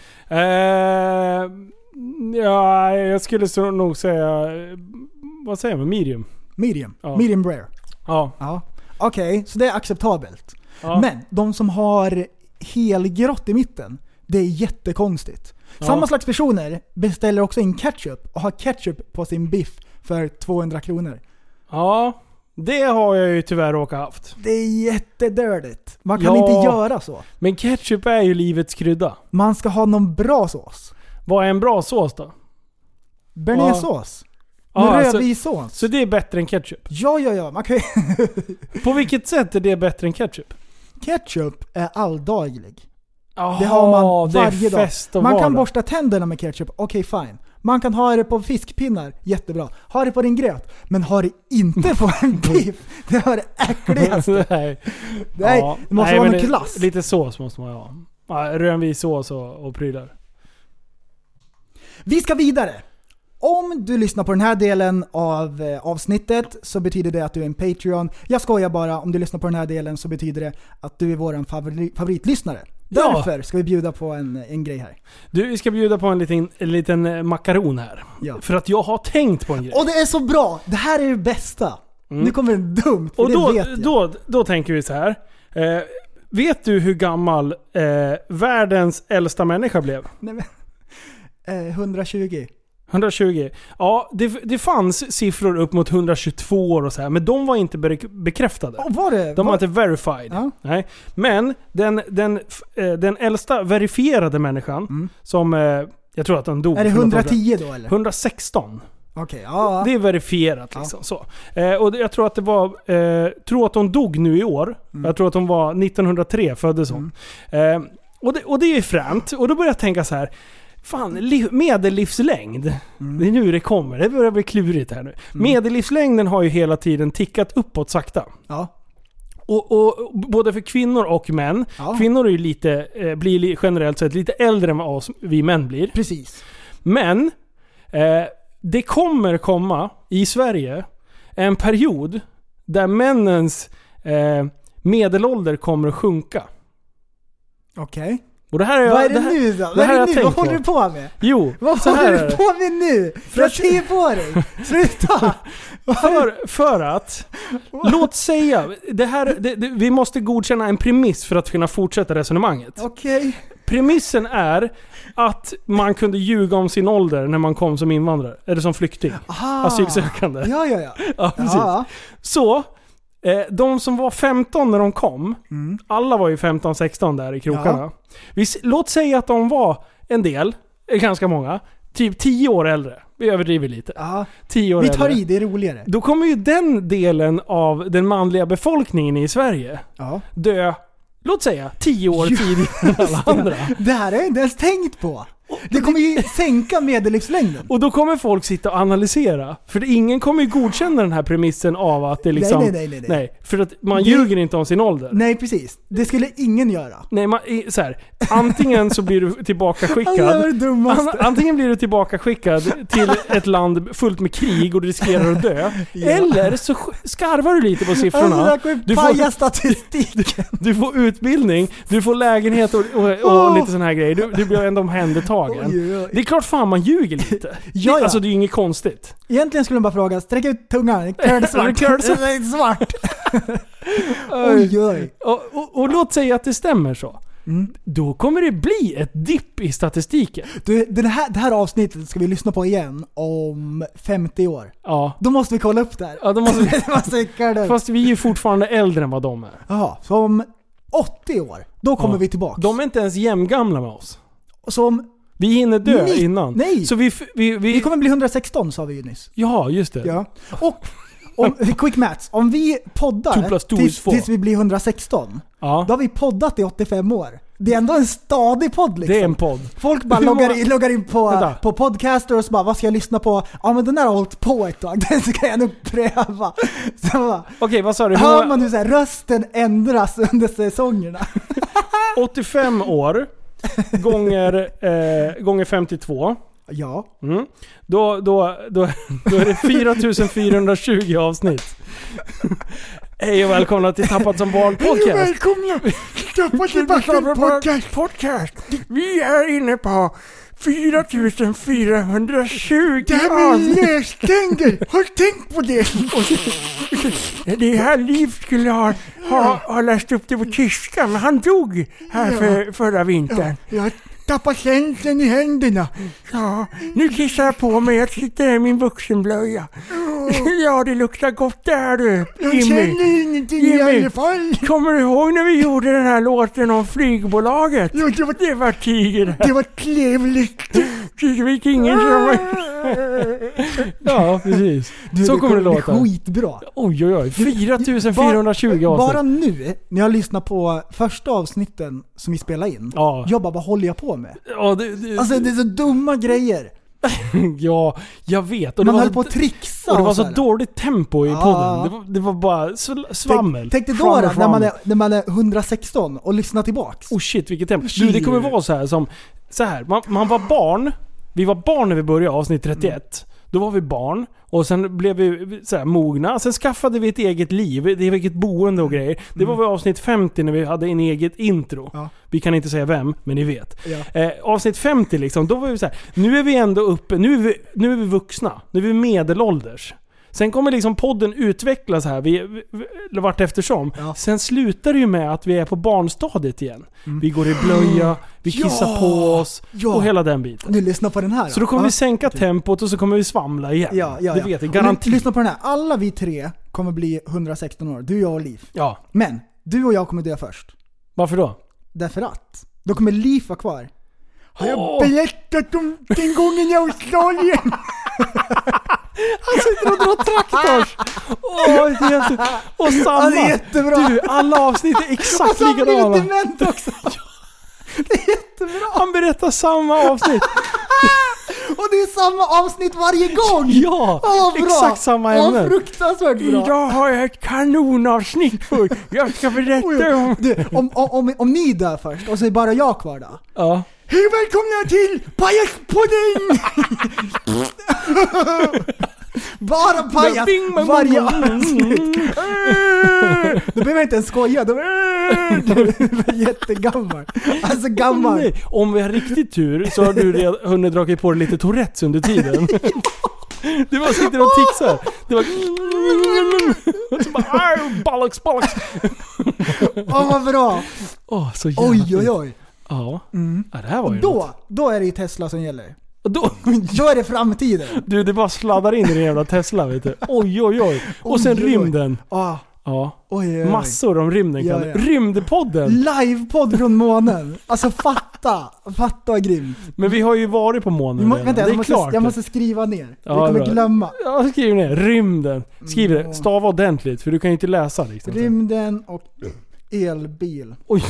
Ja, jag skulle nog säga, vad säger man? Medium. Ja. Medium rare. Ja. Okej, så det är acceptabelt. Ja. Men de som har helgrått i mitten, det är jättekonstigt. Samma slags personer beställer också in ketchup och har ketchup på sin biff för 200 kronor. Ja, det har jag ju tyvärr råkat haft. Det är jättedördigt. Man kan inte göra så. Men ketchup är ju livets krydda. Man ska ha någon bra sås. Vad är en bra sås då? Bearnaisesås. Rödvissås. Så det är bättre än ketchup? Ja. Man kan... På vilket sätt är det bättre än ketchup? Ketchup är alldaglig. Det har man varje dag. Man kan borsta tänderna med ketchup, okej, fine. Man kan ha det på fiskpinnar, jättebra. Ha det på din gröt, men ha det inte på en biff. Det var det äckligaste. Nej, det måste vara någon klass. Lite sås måste man ha. Rönnvis sås och prylar. Vi ska vidare. Om du lyssnar på den här delen av avsnittet så betyder det att du är en Patreon. Jag skojar bara, om du lyssnar på den här delen så betyder det att du är våran favoritlyssnare. Därför ska vi bjuda på en grej här. Vi ska bjuda på en liten makaron här. Ja. För att jag har tänkt på en grej. Och det är så bra! Det här är det bästa. Nu kommer det dumt, och då tänker vi så här. Vet du hur gammal världens äldsta människa blev? Nej, men, 120. 120. Ja, det fanns siffror upp mot 122 år och så här, men de var inte bekräftade. De var inte verified. Ja. Nej. Men den äldsta verifierade människan som jag tror att han dog. Är det 110 då eller? 116. Okej, ja. Det är verifierat liksom så. Och jag tror att det var tror att hon dog nu i år. Jag tror att hon var 1903 föddes hon. Och det är främt. Och då börjar jag tänka så här. Fan, medellivslängd. Det är nu det kommer. Det börjar bli klurigt här nu. Medellivslängden har ju hela tiden tickat uppåt sakta. Ja. Och både för kvinnor och män. Ja. Kvinnor är ju blir generellt sett lite äldre än vad vi män blir. Precis. Men det kommer komma i Sverige en period där männens medelålder kommer att sjunka. Okej. Och det här är vad är det nu då? Vad håller du på med? Jo, vad håller du på med nu? Jag ser på dig. Sluta! för att låt säga vi måste godkänna en premiss för att kunna fortsätta resonemanget. Okej. Premissen är att man kunde ljuga om sin ålder när man kom som invandrare eller som flykting. Asylsökande. Ja, precis. Ja. Så de som var 15 när de kom, alla var ju 15-16 där i krokarna. Ja. Låt säga att de var en del, ganska många, typ 10 år äldre. Vi överdriver lite. Ja. 10 år vi tar äldre. I, det är roligare. Då kommer ju den delen av den manliga befolkningen i Sverige dö, låt säga, 10 år tidigare än alla andra. Det här har jag inte ens tänkt på. Det kommer ju sänka medellivslängden. Och då kommer folk sitta och analysera. För ingen kommer ju godkänna den här premissen av att det liksom... Nej, för att man ljuger inte om sin ålder. Nej, precis. Det skulle ingen göra. Nej, så här, antingen så blir du tillbakaskickad. Antingen blir du tillbakaskickad till ett land fullt med krig och du riskerar att dö. Eller så skarvar du lite på siffrorna. Du får utbildning, du får lägenhet och lite sån här grejer. Du blir ändå omhändertagen. Det är klart fan man ljuger lite. Alltså det är ju inget konstigt. Egentligen skulle man bara fråga, sträck ut tungan. Svart. Oj. Och låt säga att det stämmer så. Då kommer det bli ett dipp i statistiken. Det här avsnittet ska vi lyssna på igen om 50 år. Ja. Då måste vi kolla upp det här. Ja, då måste fast vi är ju fortfarande äldre än vad de är. Jaha, så om 80 år, då kommer vi tillbaka. De är inte ens jämngamla med oss. Som vi hinner dö innan. Nej. Så vi kommer bli 116 sa vi ju nyss. Ja, just det. Ja. Och quick maths, om vi poddar tills vi blir 116, då har vi poddat i 85 år. Det är ändå en stadig podd liksom. Det är en podd. Folk bara loggar in på Podcaster och så bara, vad ska jag lyssna på? Ja, men den där har hållit på ett tag. Den ska jag nog pröva. Okej, vad sa du? Hör man nu så här, rösten ändras under säsongerna. 85 år gånger 52. Ja. Då är det 4420 avsnitt. Hej och välkomna till Tappat som barn podcast. Hej och välkomna till Tappat som barn podcast. Vi är inne på 4420 där vi läständer. Har tänkt på det. Det här Liv skulle ha läst upp det på tyska, men han dog här förra vintern. Jag tappar känslan i händerna. Ja, nu kissar jag på mig. Jag sitter i min vuxenblöja. Ja, det luktar gott där du, Jimmy. Jag känner ingenting i alla fall. Kommer du ihåg när vi gjorde den här låten om flygbolaget? Jo, det var tiger. Det var trevligt. Det fick ingen som... Ja, precis. Så kommer det låta. Skitbra. Oj, 4420 avsnitt. Bara nu, när jag lyssnar på första avsnitten som vi spelar in. Jag bara, vad håller jag på med? Ja, alltså det är så dumma grejer. Ja, jag vet. Och man det höll var på att trixa. Och det var så här. dåligt tempo i podden. Det var bara svammel. Tänk dig då när man är 116 och lyssnar tillbaks. Oh shit, vilket tempo. Du, det kommer vara så här som... Så här, man var barn. Vi var barn när vi började avsnitt 31. Då var vi barn. Och sen blev vi så här mogna. Sen skaffade vi ett eget liv. Det är eget boende och grejer. Det var väl avsnitt 50 när vi hade en eget intro. Ja. Vi kan inte säga vem, men ni vet. Ja. Avsnitt 50 liksom, då var vi så här. Nu är vi ändå uppe. Nu är vi vuxna. Nu är vi medelålders. Sen kommer liksom podden utvecklas här vi vart eftersom. Ja. Sen slutar det ju med att vi är på barnstadiet igen. Vi går i blöja, vi kissar på oss och hela den biten. Nu lyssna på den här. Så då kommer vi sänka tempot och så kommer vi svamla igen. Det vet jag, garanti. Lyssna på den här. Alla vi 3 kommer bli 116 år. Du, jag och Liv. Ja. Men du och jag kommer dö först. Varför då? Därför att då kommer Liv vara kvar. Har jag berättat om den gången jag var i Australien? Han sitter och drar traktors. Och samma. Det är jättebra. Du, alla avsnitt är exakt likadana. Och så har också. Det är jättebra. Han berättar samma avsnitt. Och det är samma avsnitt varje gång. Ja, exakt samma ämne. Fruktansvärt bra. Jag har ett kanonavsnitt för. Jag ska berätta om... Du, om ni dör först och så är bara jag kvar då. Ja. Hej, välkomna till Pajaspodden! Bara pajas varje avsnitt. Då behöver jag inte ens skoja. Då är jättegammal. Alltså gammal. Nej. Om vi har riktigt tur så har du redan hunnit dra på dig lite Tourettes under tiden. Du bara sitter och tixar. Det var... Och så bara... Bollocks. Vad bra. Så jävla Oj. Ja. Ja, det här var ju då är det ju Tesla som gäller. Och då är det framtiden. Du, det bara sladdar in i den jävla Tesla, vet du. Oj. Och sen rymden. Ja. Oj. Massor om rymden. Ja. Rymdpodden. Livepodd från månen. Alltså fatta vad grymt. Men vi har ju varit på månen. Vänta, jag måste skriva ner. Jag kommer glömma. Ja, skriv ner. Rymden. Skriv det. Stava ordentligt, för du kan ju inte läsa liksom. Rymden och elbil. Oj.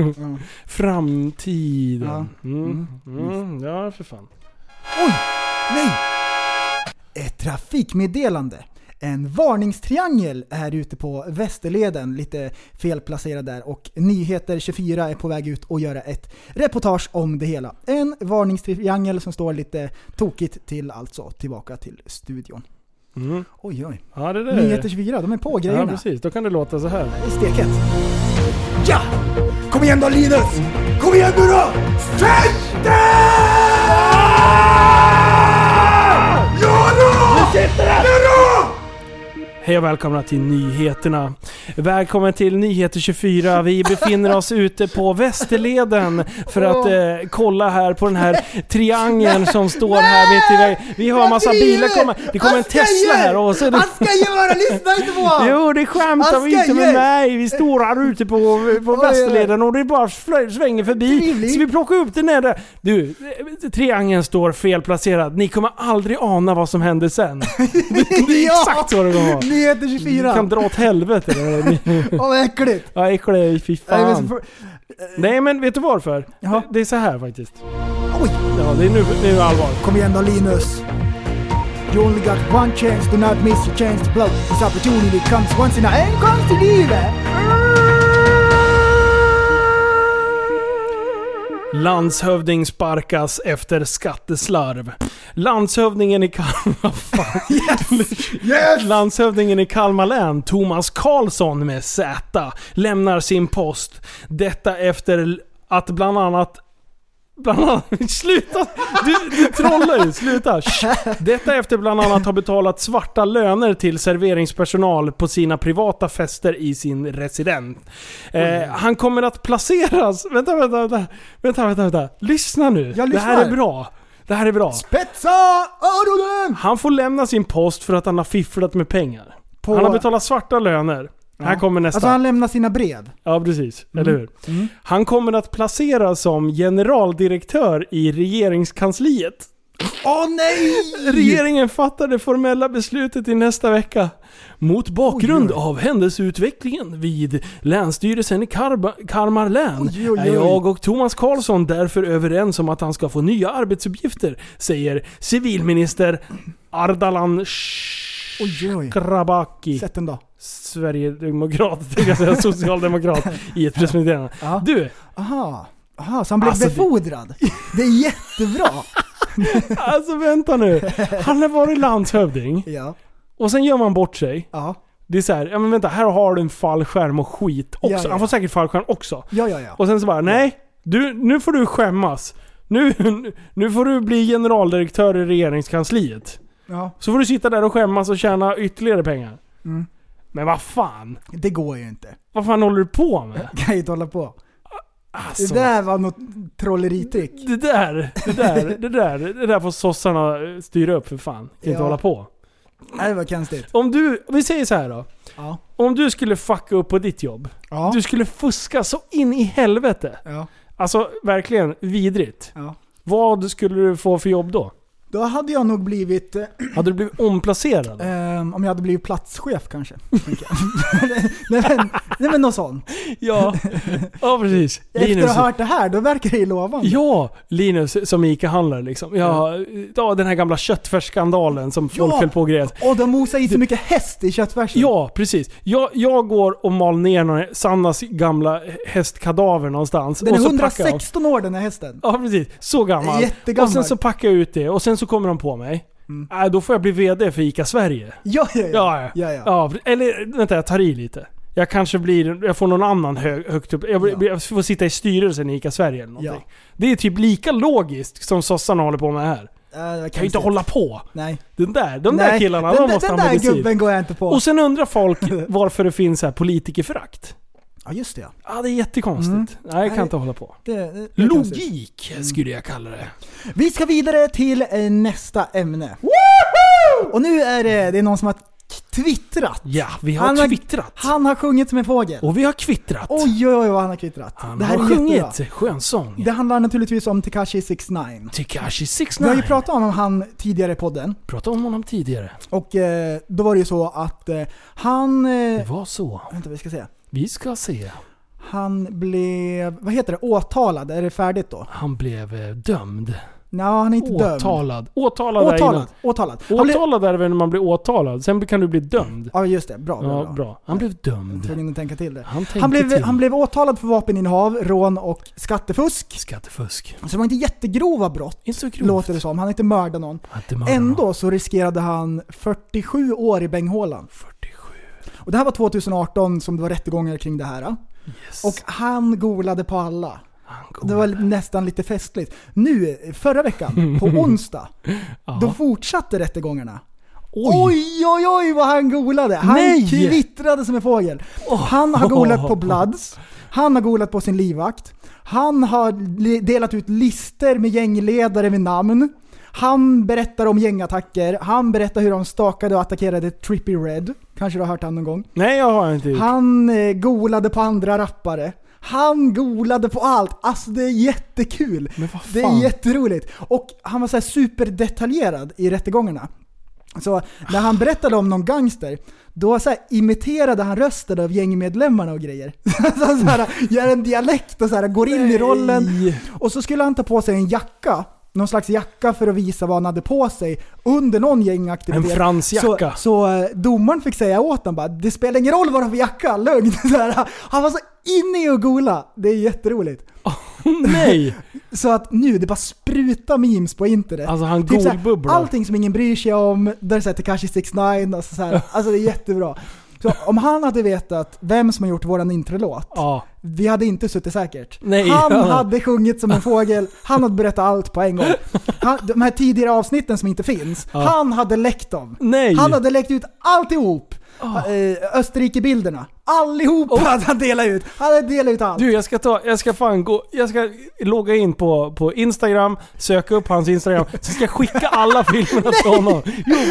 Framtiden. Ja, för fan. Oj, nej. Ett trafikmeddelande. En varningstriangel är ute på Västerleden, lite felplacerad där, och Nyheter 24 är på väg ut och göra ett reportage om det hela. En varningstriangel som står lite tokigt till, alltså tillbaka till studion. Oj. Ja, det där. Nyheter 24, de är på grejerna. Ja, precis. Då kan det låta så här. I steket. Ja! Kom igen då, Linus! Kom igen nu då! Sätt dig! Ja då! Nu sitter det! Nu då! Hej och välkomna till nyheterna. Välkommen till Nyheter 24. Vi befinner oss ute på Västerleden för att kolla här på den här triangeln som står här. Vi har en massa bilar. Det kommer en Tesla här. Och så han ska göra, lyssna inte på honom. Jo, det skämtar vi inte med mig. Vi står här ute på Västerleden och det bara svänger förbi. Så vi plockar upp den där. Du, triangeln står felplacerad. Ni kommer aldrig ana vad som händer sen. Det är exakt så det går. Nyheter 24. Du kan dra åt helvete. Vad äckligt. Ja, äckligt. Fy fan. Nej, men vet du varför? Jaha. Det är så här faktiskt. Oj. Ja, det är nu allvar. Kom igen då, Linus. You only got one chance. Do not miss your chance to blow. This opportunity comes once in a en chans till livet. Landshövding sparkas efter skatteslarv. Landshövdingen i Kalmar... Yes! Landshövdingen i Kalmar län, Thomas Karlsson med Z, lämnar sin post. Detta efter att bland annat sluta! Du trollar ju, sluta! Detta efter bland annat har betalat svarta löner till serveringspersonal på sina privata fester i sin residens. Han kommer att placeras... Vänta. Lyssna nu. Det här är bra. Spetsa öronen! Han får lämna sin post för att han har fifflat med pengar. Han har betalat svarta löner. Ja. Här kommer nästa. Alltså han lämnar sina brev. Ja, precis. Eller hur? Han kommer att placeras som generaldirektör i regeringskansliet. Nej! Regeringen fattar det formella beslutet i nästa vecka. Mot bakgrund av händelseutvecklingen vid Länsstyrelsen i Kalmar län är jag och Thomas Karlsson därför överens om att han ska få nya arbetsuppgifter, säger civilminister Ardalan Shkrabaki. Sätt den då. Sverigedemokrat, tänkte jag säga, socialdemokrat i ett pressmeddelande. Du. Aha, så han blev befordrad. Det är jättebra. Alltså vänta nu. Han har varit landshövding. Ja. Och sen gör man bort sig. Ja. Det är så här, ja men vänta, här har du en fallskärm och skit också. Ja. Han får säkert fallskärm också. Ja. Och sen så bara, nej, nu får du skämmas. Nu får du bli generaldirektör i regeringskansliet. Ja. Så får du sitta där och skämmas och tjäna ytterligare pengar. Mm. Men vad fan? Det går ju inte. Vad fan håller du på med? Kan ju inte hålla på. Alltså, det där var något trolleritrick. Det där får sossarna styra upp för fan. Kan inte hålla på. Nej, det var konstigt. Vi säger så här då. Ja. Om du skulle fucka upp på ditt jobb. Ja. Du skulle fuska så in i helvete. Ja. Alltså verkligen vidrigt. Ja. Vad skulle du få för jobb då? Då hade jag nog blivit... Hade du blivit omplacerad? Om jag hade blivit platschef kanske. nej men något sånt. Ja, precis. Efter att ha hört det här, då verkar det ju lovande. Ja, Linus som ICA-handlare liksom. Ja, den här gamla köttfärsskandalen som folk höll på att greja. De mosar i så mycket häst i köttfärsen. Ja, precis. Jag går och mal ner Sannas gamla hästkadaver någonstans. Den är och så 116 år den här hästen. Ja, precis. Så gammal. Jättegammal. Och sen så packar jag ut det. Och sen så kommer de på mig. Då får jag bli vd för ICA Sverige. Ja. Eller vänta, jag tar i lite. Jag får någon annan högt upp. Jag får sitta i styrelsen i ICA Sverige eller någonting. Ja. Det är typ lika logiskt som sossarna håller på med här. Kan ju inte hålla på. Nej. De där killarna, de måste ha medicin. Den där gubben går jag inte på. Och sen undrar folk varför det finns här politikerförakt. Ja, just det. Ja, det är jättekonstigt. Nej, jag kan inte hålla på. Det logik skulle jag kalla det. Vi ska vidare till nästa ämne. Och nu är det någon som har twittrat. Ja, vi har twittrat. Han har sjungit som en fågel. Och vi har kvittrat. Oj, vad han har kvittrat. Han har sjungit skön sång. Det handlar naturligtvis om Tekashi 69. Tekashi 69. Vi har ju pratat om han tidigare i podden. Pratat om honom tidigare. Och då var det ju så att han... det var så. Vänta, vi ska se. Vi ska se. Han blev, åtalad? Är det färdigt då? Han blev dömd. Nej, han är inte dömd. Åtalad är väl när man blir åtalad. Sen kan du bli dömd. Ja, just det. Bra. Han blev dömd. Jag får tänka till det. Han blev åtalad för vapeninnehav, rån och skattefusk. Så det var inte jättegrova brott. Inte så grovt. Låter det som. Han har inte mördat någon. Ändå så riskerade han 47 år i bänghålan. 47. Och det här var 2018 som det var rättegångar kring det här. Yes. Och han golade på alla. Det var nästan lite festligt. Nu, förra veckan, på onsdag, då fortsatte rättegångarna. Oj, vad han golade. Han kvittrade som en fågel. Han har golat på Bloods. Han har golat på sin livvakt. Han har delat ut lister med gängledare med namn. Han berättar om gängattacker. Han berättar hur de stakade och attackerade Trippie Redd. Kanske du har hört han någon gång? Nej, jag har inte. Han golade på andra rappare. Han golade på allt. Alltså det är jättekul. Det är jätteroligt. Och han var så här superdetaljerad i rättegångarna. Så när han berättade om någon gangster, då så här imiterade han rösten av gängmedlemmarna och grejer. Så här, gör en dialekt och så här, går in i rollen. Och så skulle han ta på sig en jacka. Någon slags jacka för att visa vad han hade på sig under någon gängaktivitet. En fransjacka. Så domaren fick säga åt honom bara, det spelar ingen roll vad du har för jacka, lugn. Han var så inne i att gola. Det är jätteroligt. Nej! Så att nu, det bara sprutar memes på internet. Alltså han typ golbubblar. Allting som ingen bryr sig om. Där säger Tekashi 69. Alltså det är jättebra. Så om han hade vetat vem som har gjort våran introlåt, vi hade inte suttit säkert. Nej, han hade sjungit som en fågel. Han hade berättat allt på en gång. De här tidigare avsnitten som inte finns, han hade läckt dem. Nej. Han hade läckt ut alltihop. Österrike-bilderna. Allihop hade han delat ut. Han hade delat ut allt. Du, jag ska logga in på Instagram, söka upp hans Instagram, så ska jag skicka alla filmerna till honom.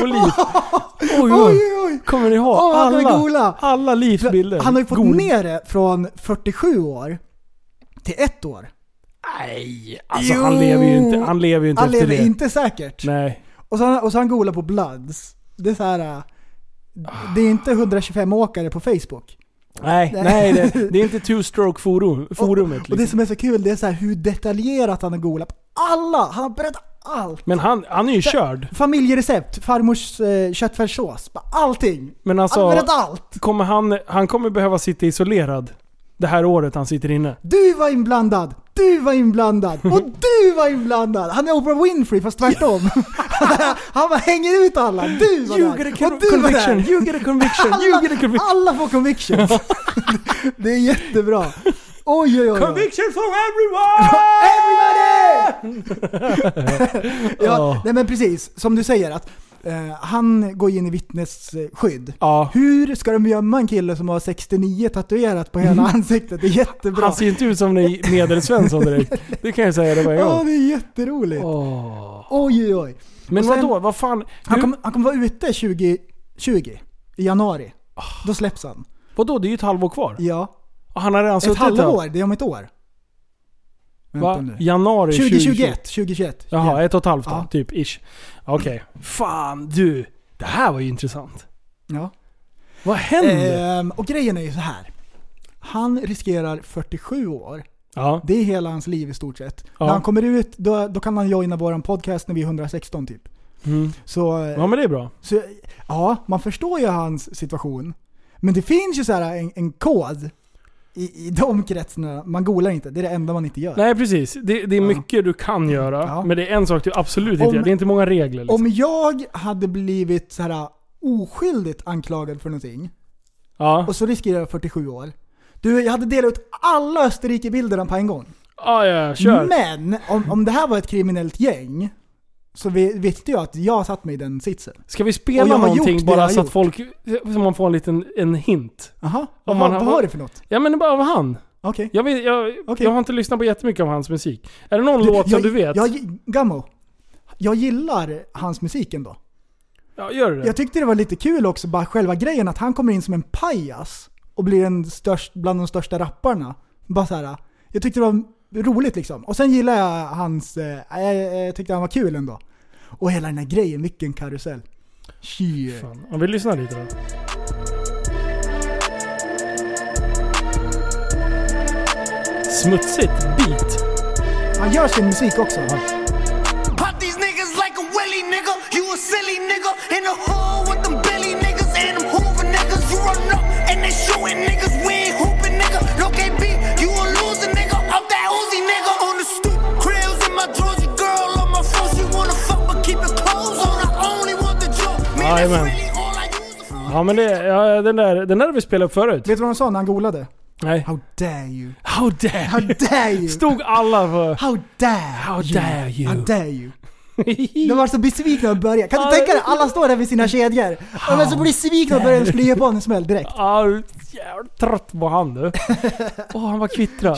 Oj. Kommer ni ha alla livsbilder? Han har ju fått ner det från 47 år till 1 år. Nej, alltså han lever ju inte Han efter lever det. inte säkert. Nej. Och så han golar på Bloods. Det är så här. Det är inte 125 åkare på Facebook. Nej, det är inte two-stroke-forumet. Och det som är så kul, det är så här hur detaljerat han har golat på alla. Han har berättat allt. Men han är ju körd. Familjerecept, farmors köttfärssås, allting. Men alltså, han har berättat allt. Han kommer behöva sitta isolerad det här året han sitter inne. Du var inblandad och du var inblandad. Han är Oprah Winfrey fast tvärtom. Han bara hänger ut alla. Du var you där. Get a conviction. You get a conviction. Alla får conviction. Det är jättebra. Oj. Conviction for everyone! Ja, nej men precis. Som du säger att han går in i vittnesskydd. Ja. Hur ska de gömma en kille som har 69 tatuerat på hela ansiktet? Det är jättebra. Han ser inte ut som en medelsvensson direkt. Det kan jag säga det varje gång. Ja, det är jätteroligt. Oj. Men sen, vadå? Vad fan? Han kommer vara ute 2020 i januari. Då släpps han. Vadå? Det är ju ett halvår kvar. Ja. Och han har redan suttit ett halvår, det är om ett år. Va? Januari 2021. Jaha, 1,5 då, typ ish. Okej. Fan du, det här var ju intressant. Ja. Vad händer? Och grejen är ju så här. Han riskerar 47 år. Ja. Det är hela hans liv i stort sett. Ja. När han kommer ut, då kan han joina våran podcast när vi är 116 typ. Så, ja, men det är bra. Så, ja, man förstår ju hans situation. Men det finns ju så här en kod i de kretsarna. Man golar inte. Det är det enda man inte gör. Nej, precis. Det är mycket du kan göra. Men det är en sak du absolut inte gör. Det är inte många regler. Liksom. Om jag hade blivit så här oskyldigt anklagad för någonting och så riskerar jag 47 år. Jag hade delat ut alla Österrike-bilderna på en gång. Ja, kör. Men om det här var ett kriminellt gäng så visste jag att jag satt mig i den sitsen. Ska vi spela någonting bara så att folk, så man får en hint? Aha. Vad var det för något? Ja, men det bara av han. Okej. Jag har inte lyssnat på jättemycket av hans musik. Är det någon låt som du vet? Gammo. Jag gillar hans musik ändå. Ja, gör det. Jag tyckte det var lite kul också, bara själva grejen att han kommer in som en pajas och blir bland de största rapparna. Bara så här. Jag tyckte det var roligt liksom. Och sen gillar jag hans... jag tyckte han var kul ändå. Och hela den här grejen, vilken karusell. Fan. Om vi lyssnar lite då. Smutsigt beat. Han gör sin musik också. Pop these niggas like a willy nigga. You a silly nigga in the hole with them Billy niggas and them Hoover niggas. You run up and they shooting niggas. We ain't hooping nigga. No KB, you a loser nigga. Up that Uzi nigga on the stoop. Krills in my drawers, your girl on my phone. She wanna fuck but keep the clothes on. I only want the joke. Man, that's really all I use. Ja, men den där vi spelade upp förut. Vet du vad de sa när han golade? Nej. How dare you? How dare you? Stod alla för... How dare you? De var så besvikna att börja. Kan du tänka dig? Alla står där vid sina kedjor. De är så besvikna att börja skulle ge på en smäll direkt. Ja, jävligt trött på han du. Han var kvittra.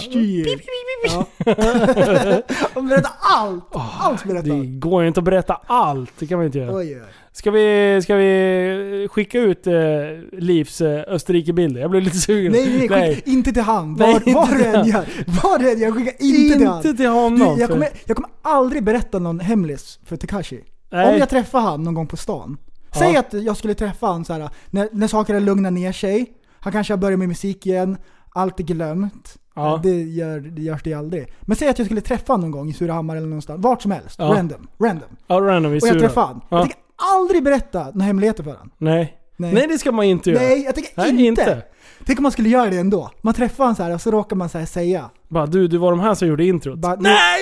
De berättar allt. Allt berättar. Det går ju inte att berätta allt. Det kan man inte göra. Oj. Ska vi skicka ut Livs Österrike-bilder? Jag blev lite sugen. Nej, inte till han. Var det jag skickar inte till honom. Jag kommer aldrig berätta någon hemlis för Tekashi. Om jag träffar han någon gång på stan. Säg att jag skulle träffa han så här när saker har lugnat ner sig. Han kanske har börjat med musik igen. Allt är glömt. Ja. Det görs det aldrig. Men säg att jag skulle träffa han någon gång i Surahammar eller någonstans. Vart som helst. Random. Ja, random i och jag Sura. träffar han. Jag tänker aldrig berätta några hemligheter för han. Nej, det ska man inte göra. Nej, jag tänker inte. Tänk om man skulle göra det ändå. Man träffar han så här och så råkar man så här säga. Bara, du var de här som gjorde introt. Bara, nej!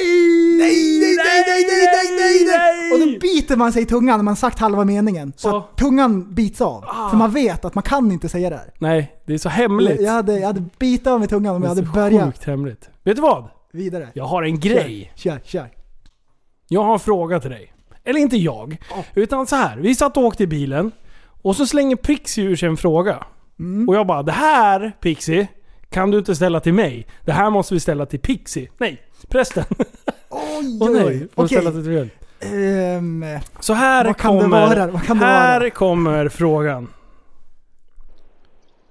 Och då biter man sig i tungan när man sagt halva meningen. Så att tungan bits av. För man vet att man kan inte säga det här. Nej, det är så hemligt. Jag hade bitit av med tungan om jag hade börjat. Det är sjukt hemligt. Vet du vad? Vidare. Jag har en grej. Kör. Jag har en fråga till dig. Eller inte jag. Utan så här. Vi satt och åkte i bilen. Och så slänger Pixie ur sig en fråga. Och jag bara, det här Pixie kan du inte ställa till mig. Det här måste vi ställa till Pixie. Nej, prästen. Oj. Ställa till fel. Så här kommer frågan.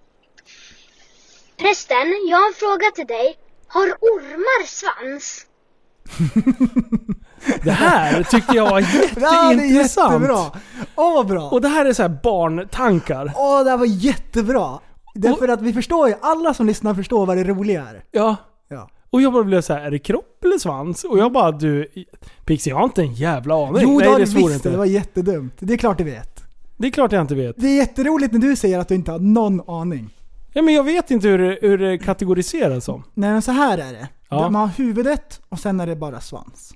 Prästen, jag har en fråga till dig. Har ormar svans? Det här tyckte jag var jätteintressant. Ja, det är jättebra. Vad bra. Och det här är så här barntankar. Det här var jättebra. Därför att vi förstår ju, alla som lyssnar förstår vad det roliga är. Ja. Och jag bara blev så här, är det kropp eller svans? Och jag bara, Pixie, jag har inte en jävla aning. Jo, nej, det visste inte. Det var jättedumt. Det är klart du vet. Det är klart jag inte vet. Det är jätteroligt när du säger att du inte har någon aning. Ja, men jag vet inte hur det kategoriseras som. Nej, men så här är det. Ja. Man har huvudet och sen är det bara svans.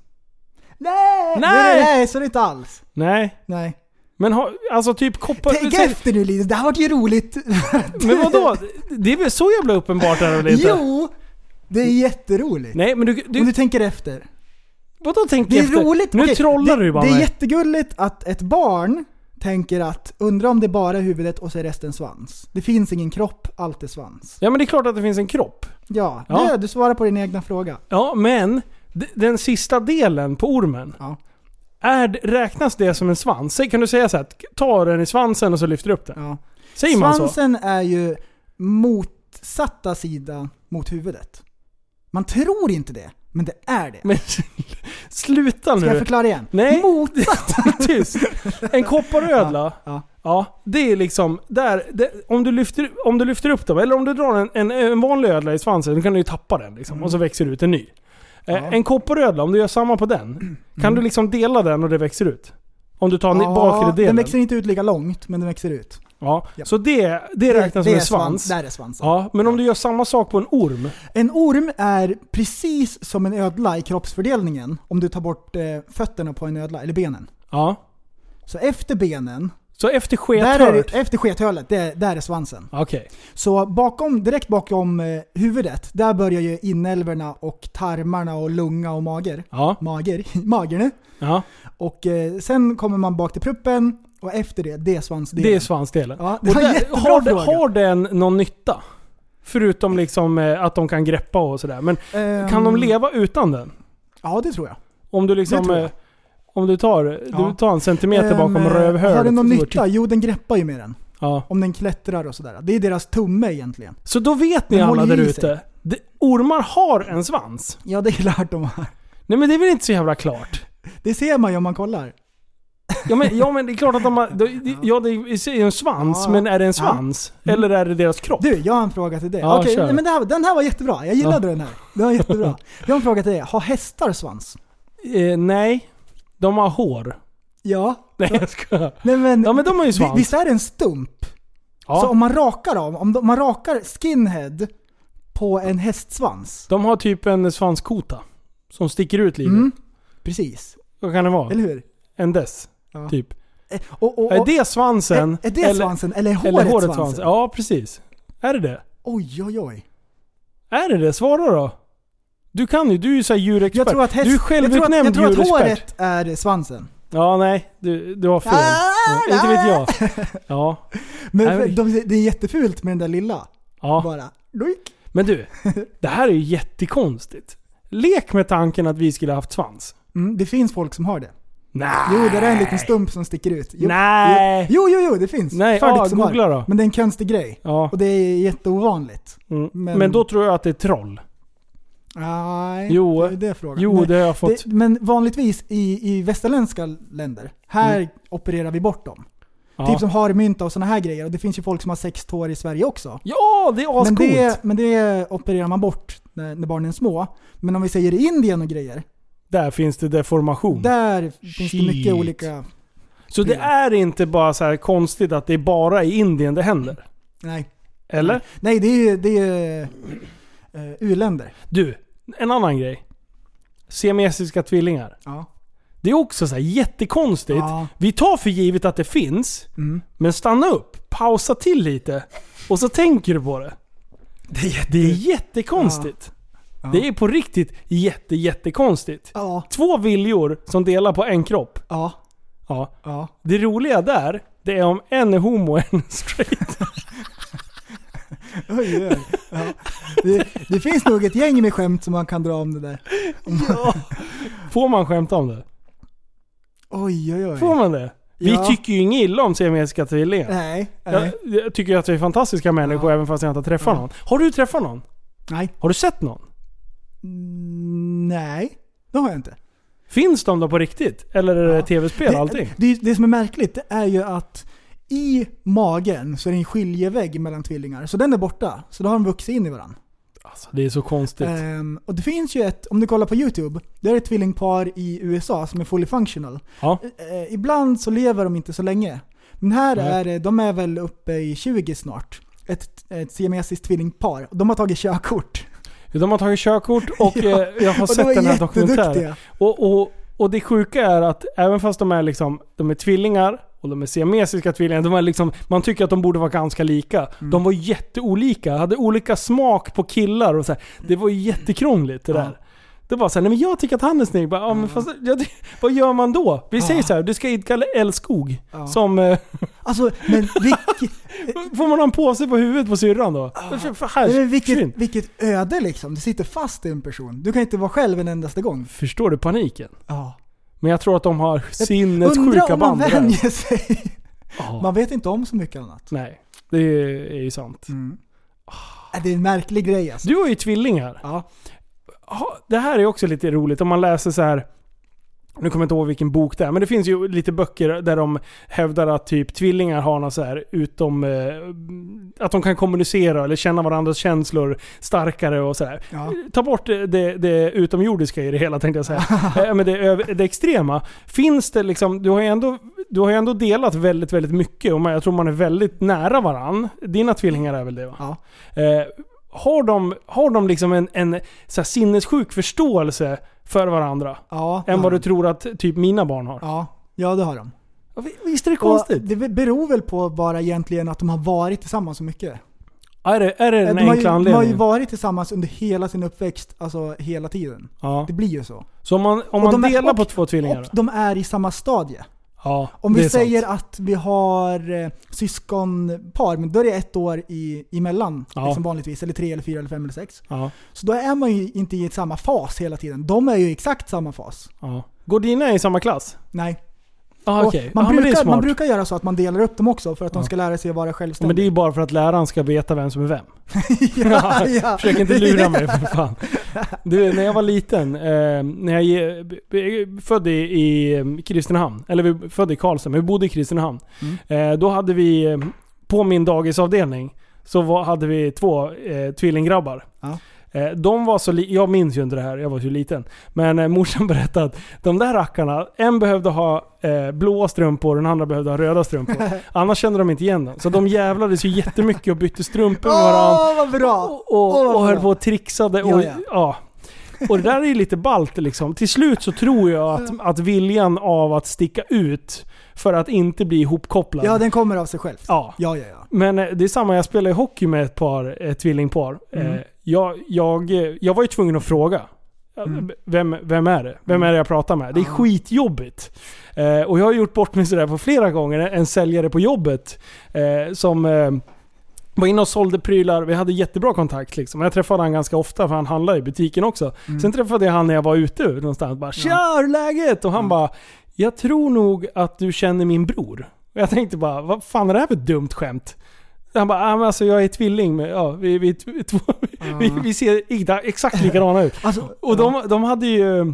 Nej, så är det inte alls. Nej. Men alltså typ koppar... Tänk efter nu, Linus. Det här var ju roligt. Men vadå? Det är väl så jävla uppenbart här eller inte? Jo, det är jätteroligt. Nej, men om du tänker efter. Vadå tänker efter? Det är roligt. Nu trollar du bara. Det är jättegulligt att ett barn tänker att undra om det bara är huvudet och så är resten svans. Det finns ingen kropp, allt är svans. Ja, men det är klart att det finns en kropp. Ja. Du svarar på din egna fråga. Ja, men den sista delen på ormen. Ja. Räknas det som en svans? Kan du säga så här, ta den i svansen och så lyfter upp den? Ja. Säger man så? Svansen är ju motsatta sida mot huvudet. Man tror inte det, men det är det. Men sluta nu. Ska jag förklara igen? Nej. Motsatt. Tyst. En kopparödla. Ja, det är liksom om du lyfter upp dem, eller om du drar en vanlig ödla i svansen, då kan du ju tappa den liksom, och så växer det ut en ny. En kopparödla, om du gör samma på den, kan du liksom dela den och det växer ut. Om du tar bakre delen. Den växer inte ut lika långt, men den växer ut. Ja, så det räknas som en svans. Där är svansen. Ja, men om du gör samma sak på en orm. En orm är precis som en ödla i kroppsfördelningen. Om du tar bort fötterna på en ödla, eller benen. Ja. Så efter benen. Så efter skethålet? Efter skethålet, där är svansen. Okej. Så direkt bakom huvudet, där börjar ju inälvorna och tarmarna och lunga och mager. Ja. Magerna. Ja. Och sen kommer man bak till pruppen. Och efter det är svansdelen. Det är svansdelen. Ja, och har den någon nytta? Förutom liksom att de kan greppa och sådär. Men kan de leva utan den? Ja, det tror jag. Om du liksom... Om du tar en centimeter bakom rövhålet. Har den någon nytta? Jo, den greppar ju med den. Ja. Om den klättrar och sådär. Det är deras tumme egentligen. Så då vet ni alla där ute. Ormar har en svans. Ja, det är klart de har. Nej, men det är väl inte så jävla klart. Det ser man ju om man kollar. Ja, men det är klart att de har... Ja, det är en svans, men är det en svans? Eller är det deras kropp? Du, jag har en fråga till dig. Ja, okej, men den här var jättebra. Jag gillade den här. Den var jättebra. Jag har en fråga till dig. Har hästar svans? Nej. De har hår. Ja. Nej, jag ska. Nej, men de har ju svans. Visst är det en stump? Ja. Så om man rakar dem, om man rakar skinhead på en hästsvans. De har typ en svanskota som sticker ut lite. Precis. Vad kan det vara? Eller hur? En dess, typ. Och, är det svansen? Är det svansen eller håret svansen? Ja, precis. Är det? Oj. Är det? Svara då. Du kan ju, du är ju så här djurexpert. Jag tror att du är självutnämnd djurexpert. Jag tror att håret är svansen. Ja, nej. Du har fel. Inte vet jag. Ja. Men det är jättefult med den där lilla. Ja. Bara. Men du, det här är ju jättekonstigt. Lek med tanken att vi skulle ha haft svans. Det finns folk som har det. Nej. Jo, det är en liten stump som sticker ut. Nej. Jo, det finns. Nej, googla då. Men det är en konstig grej. Ja. Och det är jätteovanligt. Men då tror jag att det är troll. Nej, jo, det är frågan. Jo, det har jag fått. Men vanligtvis i västerländska länder, här opererar vi bort dem. Ja. Typ som harmynta och såna här grejer. Och det finns ju folk som har 6 tår i Sverige också. Ja, det är ascoolt. Men det opererar man bort när barnen är små. Men om vi säger i Indien och grejer. Där finns det deformation. Där finns det mycket olika. Så det är inte bara så här konstigt att det är bara i Indien det händer? Nej. Eller? Nej, det är u-länder. Du, en annan grej. Siamesiska tvillingar. Ja. Det är också så här jättekonstigt. Ja. Vi tar för givet att det finns. Men stanna upp, pausa till lite och så tänker du på det. Det är jättekonstigt. Ja. Det är på riktigt jättekonstigt. Ja. 2 viljor som delar på en kropp. Ja. Det roliga där, det är om en är homo och en straight. Oj. Ja. Det finns nog ett gäng med skämt som man kan dra om det där. Ja. Får man skämta om det? Oj. Får man det? Vi tycker ju inget illa om siamesiska tvillingar. Nej. Jag tycker att vi är fantastiska människor även fast jag inte har träffat någon. Har du träffat någon? Nej. Har du sett någon? Nej. det har jag inte. Finns de då på riktigt? Eller är det tv-spel allting? Det som är märkligt är ju att i magen så är det en skiljevägg mellan tvillingar. Så den är borta. Så då har de vuxit in i varandra. Alltså, det är så konstigt. Och det finns ju om du kollar på YouTube, det är ett tvillingpar i USA som är fully functional. Ja. Ibland så lever de inte så länge. Men här de är väl uppe i 20 snart. Ett siamesiskt tvillingpar. De har tagit körkort. De har tagit körkort och jag har sett den här dokumentären. Och det sjuka är att även fast de är tvillingar och de är siamesiska tvillingar, de är liksom, man tycker att de borde vara ganska lika. De var jätteolika, hade olika smak på killar och så här. Det var ju jättekrångligt det där. Det var så här, nej men jag tycker att han är snygg. Bara, men fast, vad gör man då? Vi säger så här, du ska idka älskog. Som... Alltså, men får man ha en påse på huvudet på syrran då? Vilket öde liksom. Det sitter fast i en person. Du kan inte vara själv en endaste gång. Förstår du paniken? Ja. Men jag tror att de har sinnessjuka band. Man vänjer sig. Man vet inte om så mycket annat. Nej, det är ju sant. Det är en märklig grej alltså. Du har ju tvillingar. Ja. Det här är också lite roligt om man läser så här. Nu kommer jag inte ihåg vilken bok det är, men det finns ju lite böcker där de hävdar att typ tvillingar har något så här utom att de kan kommunicera eller känna varandras känslor starkare och så här. Ja. Ta bort det utomjordiska i det hela, tänkte jag säga. Men det extrema. Finns det liksom, du har ju ändå delat väldigt, väldigt mycket och jag tror man är väldigt nära varann. Dina tvillingar är väl det, va? Ja. Har de liksom en så här sinnessjuk förståelse för varandra? Ja, än vad du tror att typ mina barn har? Ja, det har de. Visst är det konstigt? Och det beror väl på bara egentligen att de har varit tillsammans så mycket. Är det den enkla anledningen? De har ju varit tillsammans under hela sin uppväxt, alltså hela tiden. Ja. Det blir ju så. Så om man delar på två tvillingar? Och de är i samma stadie. Ja, om vi säger att vi har syskonpar, men då är det 1 år emellan liksom vanligtvis, eller 3 eller 4 eller 5 eller 6. Ja. Så då är man ju inte i samma fas hela tiden. De är ju exakt samma fas. Ja. Går dina i samma klass? Nej. Okay. Man brukar göra så att man delar upp dem också för att de ska lära sig att vara självständiga. Men det är ju bara för att läraren ska veta vem som är vem. ja. Försök inte lura mig för fan. Du, när jag var liten, när jag född i Kristinehamn, eller vi födde i Karlstad, men vi bodde i Kristinehamn. Då hade vi på min dagisavdelning så hade vi 2 tvillinggrabbar. Ja. De var så jag minns ju inte det här, jag var så liten. Men morsan berättade att de där rackarna, en behövde ha blåa strumpor och den andra behövde ha röda strumpor. Annars kände de inte igen dem. Så de jävlades ju jättemycket och bytte strumpor med varandra. Vad bra! Och höll på och trixade. Och det där är ju lite ballt liksom. Till slut så tror jag att viljan av att sticka ut för att inte bli ihopkopplad. Ja, den kommer av sig själv. Ja. Men det är samma, jag spelar i hockey med ett tvillingpar. Jag var ju tvungen att fråga. Vem är det? Vem är det jag pratar med? Det är skitjobbigt. Och jag har gjort bort mig sådär på flera gånger. En säljare på jobbet som var inne och sålde prylar. Vi hade jättebra kontakt liksom. Jag träffade han ganska ofta för han handlar i butiken också. Sen träffade jag han när jag var ute någonstans. Bara, tja, läget? Och han bara, jag tror nog att du känner min bror. Och jag tänkte bara, vad fan är det här för dumt skämt? Han bara, men alltså jag är tvilling. Men, vi ser exakt likadana ut. Alltså, och de hade ju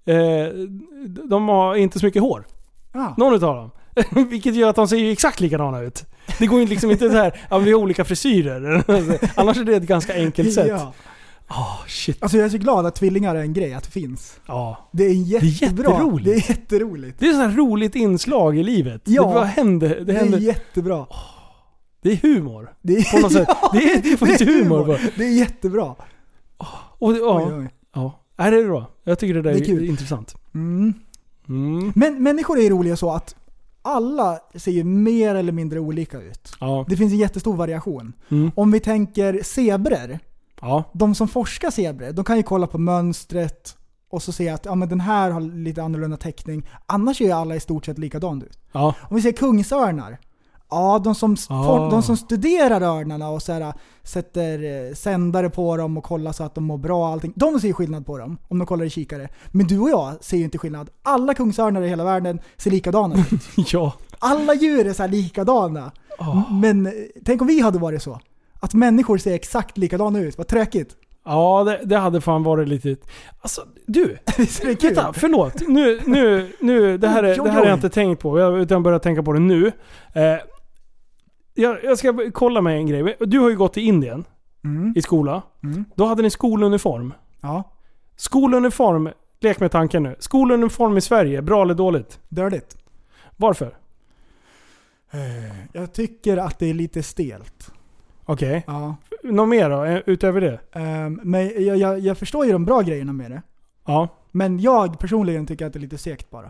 de har inte så mycket hår. Någon utav dem. Vilket gör att de ser ju exakt likadana ut. Det går ju liksom inte så här, vi har olika frisyrer. Annars är det ett ganska enkelt sätt. Shit. Alltså jag är så glad att tvillingar är en grej, att det finns. Ja. Det är jättebra. Det är jätteroligt. Det är ett sånt här roligt inslag i livet. Ja. Det händer. Det är jättebra. Det är humor. På något sätt. Det är faktiskt humor. Det är jättebra. Det är bra. Jag tycker det där är intressant. Men människor är roliga så att alla ser ju mer eller mindre olika ut. Ja. Det finns en jättestor variation. Om vi tänker zebror. Ja. De som forskar zebror, de kan ju kolla på mönstret och så se att men den här har lite annorlunda teckning. Annars är ju alla i stort sett likadant ut. Ja. Om vi ser kungsörnar. Ja, de som studerar örnarna och så här, sätter sändare på dem och kollar så att de mår bra och allting. De ser skillnad på dem om de kollar i kikare. Men du och jag ser ju inte skillnad. Alla kungsörnar i hela världen ser likadana ut. Ja. Alla djur är så här likadana. Men tänk om vi hade varit så. Att människor ser exakt likadana ut. Vad tråkigt. Ja, det hade fan varit lite... Alltså, du! Vänta, förlåt. Nu, det här har jag inte tänkt på. Utan börjar tänka på det nu. Jag ska kolla med en grej. Du har ju gått till Indien i skola. Då hade ni skoluniform. Ja. Skoluniform, lek med tanken nu. Skoluniform i Sverige, bra eller dåligt? Dåligt. Varför? Jag tycker att det är lite stelt. Okej. Ja. Något mer då, utöver det? Men jag förstår ju de bra grejerna med det. Ja. Men jag personligen tycker att det är lite segt bara.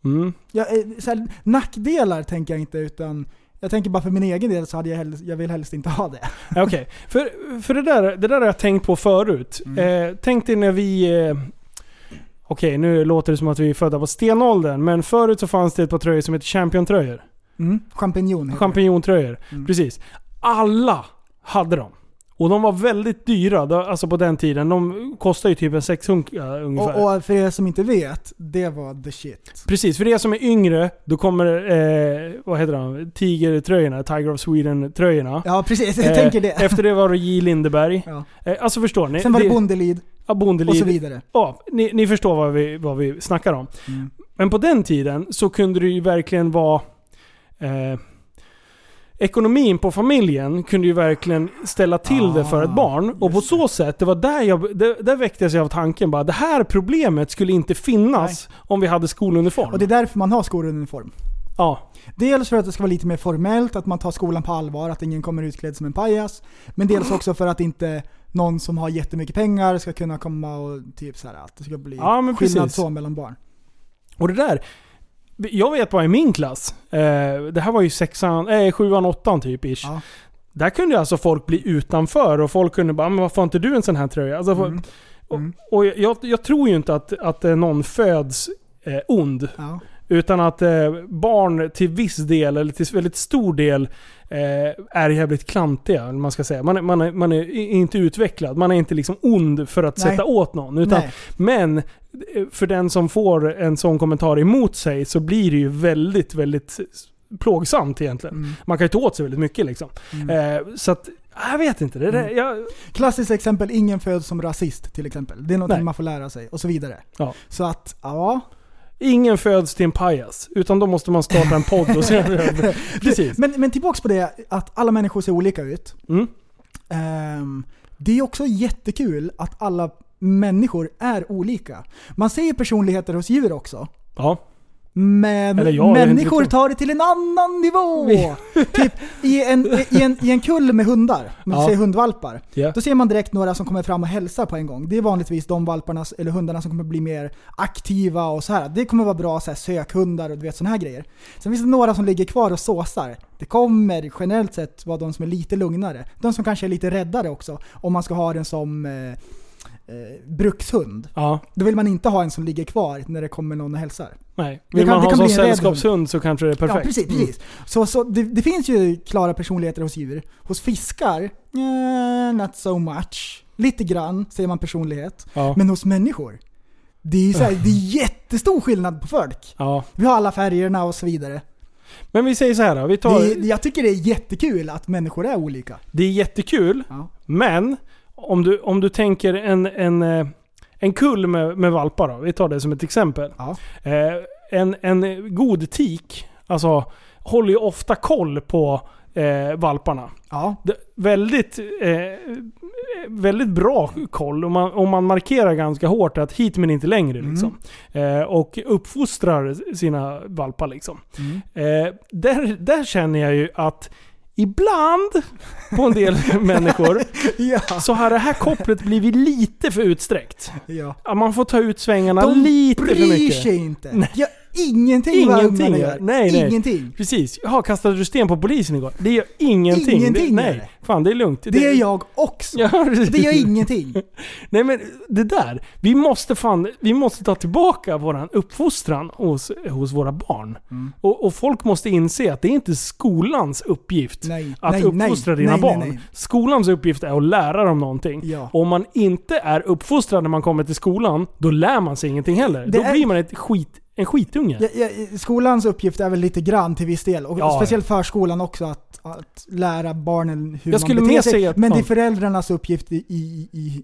Nackdelar tänker jag inte, utan jag tänker bara för min egen del så hade jag vill helst inte ha det. Okej. För det där har jag tänkt på förut. Tänk dig när vi... Okej, nu låter det som att vi är födda på stenåldern, men förut så fanns det ett par tröjor som heter Champion-tröjor. Champignon-tröjor. Precis. Alla hade dem. Och de var väldigt dyra, alltså på den tiden. De kostade ju typ en 600 ungefär. Och för er som inte vet, det var the shit. Precis, för er som är yngre, då kommer, vad heter de? Tiger-tröjorna, Tiger of Sweden-tröjorna. Ja, precis, jag tänker det. Efter det var det J. Lindeberg. Ja. Alltså förstår ni? Sen var det Bondelid. Ja, Bondelid. Och så vidare. Ja, ni förstår vad vi snackar om. Men på den tiden så kunde det ju verkligen vara... ekonomin på familjen kunde ju verkligen ställa till det för ett barn. Och på så sätt, det var där väcktes jag av tanken bara, det här problemet skulle inte finnas om vi hade skoluniform. Och det är därför man har skoluniform. Ja. Dels för att det ska vara lite mer formellt, att man tar skolan på allvar, att ingen kommer utklädd som en pajas. Men dels också för att inte någon som har jättemycket pengar ska kunna komma och typ så här, att det ska bli skillnad så mellan barn. Och det där, jag vet bara i min klass, det här var ju 7an, 8an typ ish. Ja. Där kunde alltså folk bli utanför och folk kunde bara, men varför har inte du en sån här tröja? Alltså, och jag tror ju inte att någon föds ond. Ja. Utan att barn till viss del, eller till väldigt stor del, är jävligt klantiga, man ska säga. Man är inte utvecklad. Man är inte liksom ond för att sätta åt någon. Utan, men för den som får en sån kommentar emot sig så blir det ju väldigt, väldigt plågsamt egentligen. Man kan ju ta åt sig väldigt mycket liksom. Så att, jag vet inte. Klassiskt exempel, ingen föds som rasist till exempel. Det är något man får lära sig och så vidare. Ja. Så att, ja... Ingen föds till en pajas, utan då måste man starta en podd och så. Precis. Men tillbaks på det, att alla människor ser olika ut. Det är också jättekul att alla människor är olika. Man ser personligheter hos djur också. Ja. Men människor tar det till en annan nivå. Typ i en kull med hundar, man ser hundvalpar. Då ser man direkt några som kommer fram och hälsar på en gång. Det är vanligtvis de valparna eller hundarna som kommer bli mer aktiva och så här. Det kommer vara bra så här, sökhundar och du vet såna här grejer. Sen finns det några som ligger kvar och såsar. Det kommer generellt sett vara de som är lite lugnare. De som kanske är lite räddare också, om man ska ha den som brukshund. Ja. Då vill man inte ha en som ligger kvar när det kommer någon och hälsar. Nej. Vill man ha en sån sällskapshund så kanske det är perfekt. Ja, precis. Så det finns ju klara personligheter hos djur. Hos fiskar, not so much. Lite grann ser man personlighet. Ja. Men hos människor, det är, så här, det är jättestor skillnad på folk. Ja. Vi har alla färgerna och så vidare. Men vi säger så här då. Jag tycker det är jättekul att människor är olika. Det är jättekul, men om du tänker en kull med valpar då, vi tar det som ett exempel. Ja. En god tik, alltså håller ju ofta koll på valparna. Ja. Väldigt bra koll om man markerar ganska hårt att hit men inte längre liksom. Och uppfostrar sina valpar liksom. Där känner jag ju att ibland på en del människor så har det här kopplet blivit lite för utsträckt. Ja. Man får ta ut svängarna lite för mycket. De bryr sig inte. Ingenting gör. Nej. Ingenting. Precis. Kastade du sten på polisen igår? Det gör ingenting. Nej. Fan, det är lugnt. Det är jag också. Ja, det gör ingenting. Nej, men det där. Vi måste ta tillbaka våran uppfostran hos våra barn. Och folk måste inse att det är inte skolans uppgift att uppfostra dina barn. Nej. Skolans uppgift är att lära dem någonting. Ja. Om man inte är uppfostrad när man kommer till skolan, då lär man sig ingenting heller. Då blir man en skitunge. Skolans uppgift är väl lite grann till viss del. Och speciellt förskolan också att lära barnen hur man beter sig. Men det är föräldrarnas uppgift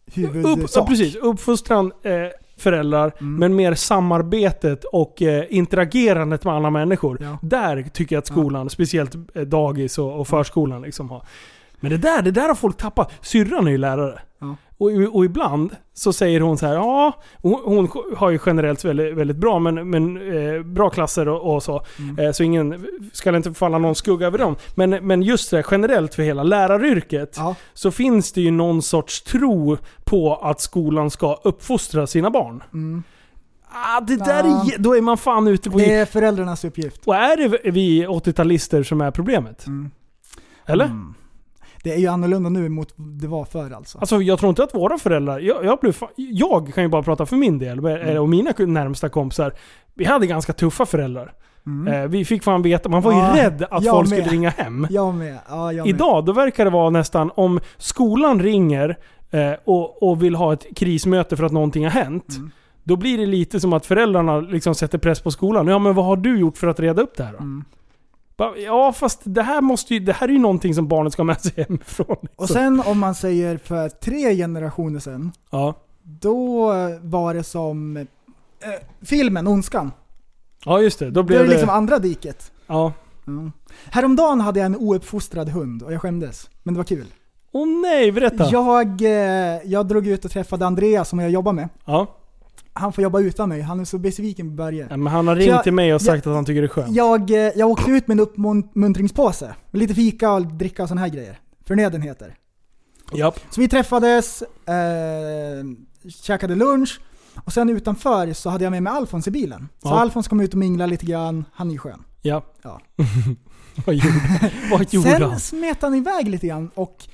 huvudsak. Precis, uppfostran, föräldrar, men mer samarbetet och interagerandet med andra människor. Ja. Där tycker jag att skolan, speciellt dagis och förskolan liksom har. Men det där har folk tappat. Syrran är ju lärare. Ja. Och ibland så säger hon så här, ja, hon har ju generellt väldigt, väldigt bra, men bra klasser och så. Så ingen ska inte falla någon skugga över dem. Men just det, generellt för hela läraryrket så finns det ju någon sorts tro på att skolan ska uppfostra sina barn. Det där då är man fan ute på... Det är föräldrarnas uppgift. Och är det vi 80-talister som är problemet? Eller? Det är ju annorlunda nu mot det var förr alltså. Alltså jag tror inte att våra föräldrar... Jag kan ju bara prata för min del och mina närmsta kompisar. Vi hade ganska tuffa föräldrar. Vi fick fan veta... Man var ju rädd att folk skulle ringa hem. Jag med. Idag, då verkar det vara nästan... Om skolan ringer och vill ha ett krismöte för att någonting har hänt... Då blir det lite som att föräldrarna liksom sätter press på skolan. Ja, men vad har du gjort för att reda upp det här då? Ja, fast det här är ju någonting som barnet ska ha med sig hemifrån. Liksom. Och sen om man säger för 3 generationer sedan, då var det som filmen Ondskan. Ja, just det. Då blev det liksom andra diket. Ja. Häromdagen hade jag en ouppfostrad hund och jag skämdes. Men det var kul. Åh nej, berätta. Jag drog ut och träffade Andreas som jag jobbar med. Ja. Han får jobba utan mig. Han är så besviken på Börje. Ja, men han har ringt till mig och sagt att han tycker det är skönt. Jag åkte ut med en uppmuntringspåse. Med lite fika och dricka och såna här grejer. Förnödenheter. Japp. Så vi träffades, käkade lunch. Och sen utanför så hade jag med mig Alfons i bilen. Så Alfons kom ut och minglade lite grann. Han är ju skön. Ja. Vad gjorde sen han? smet han iväg lite grann. Och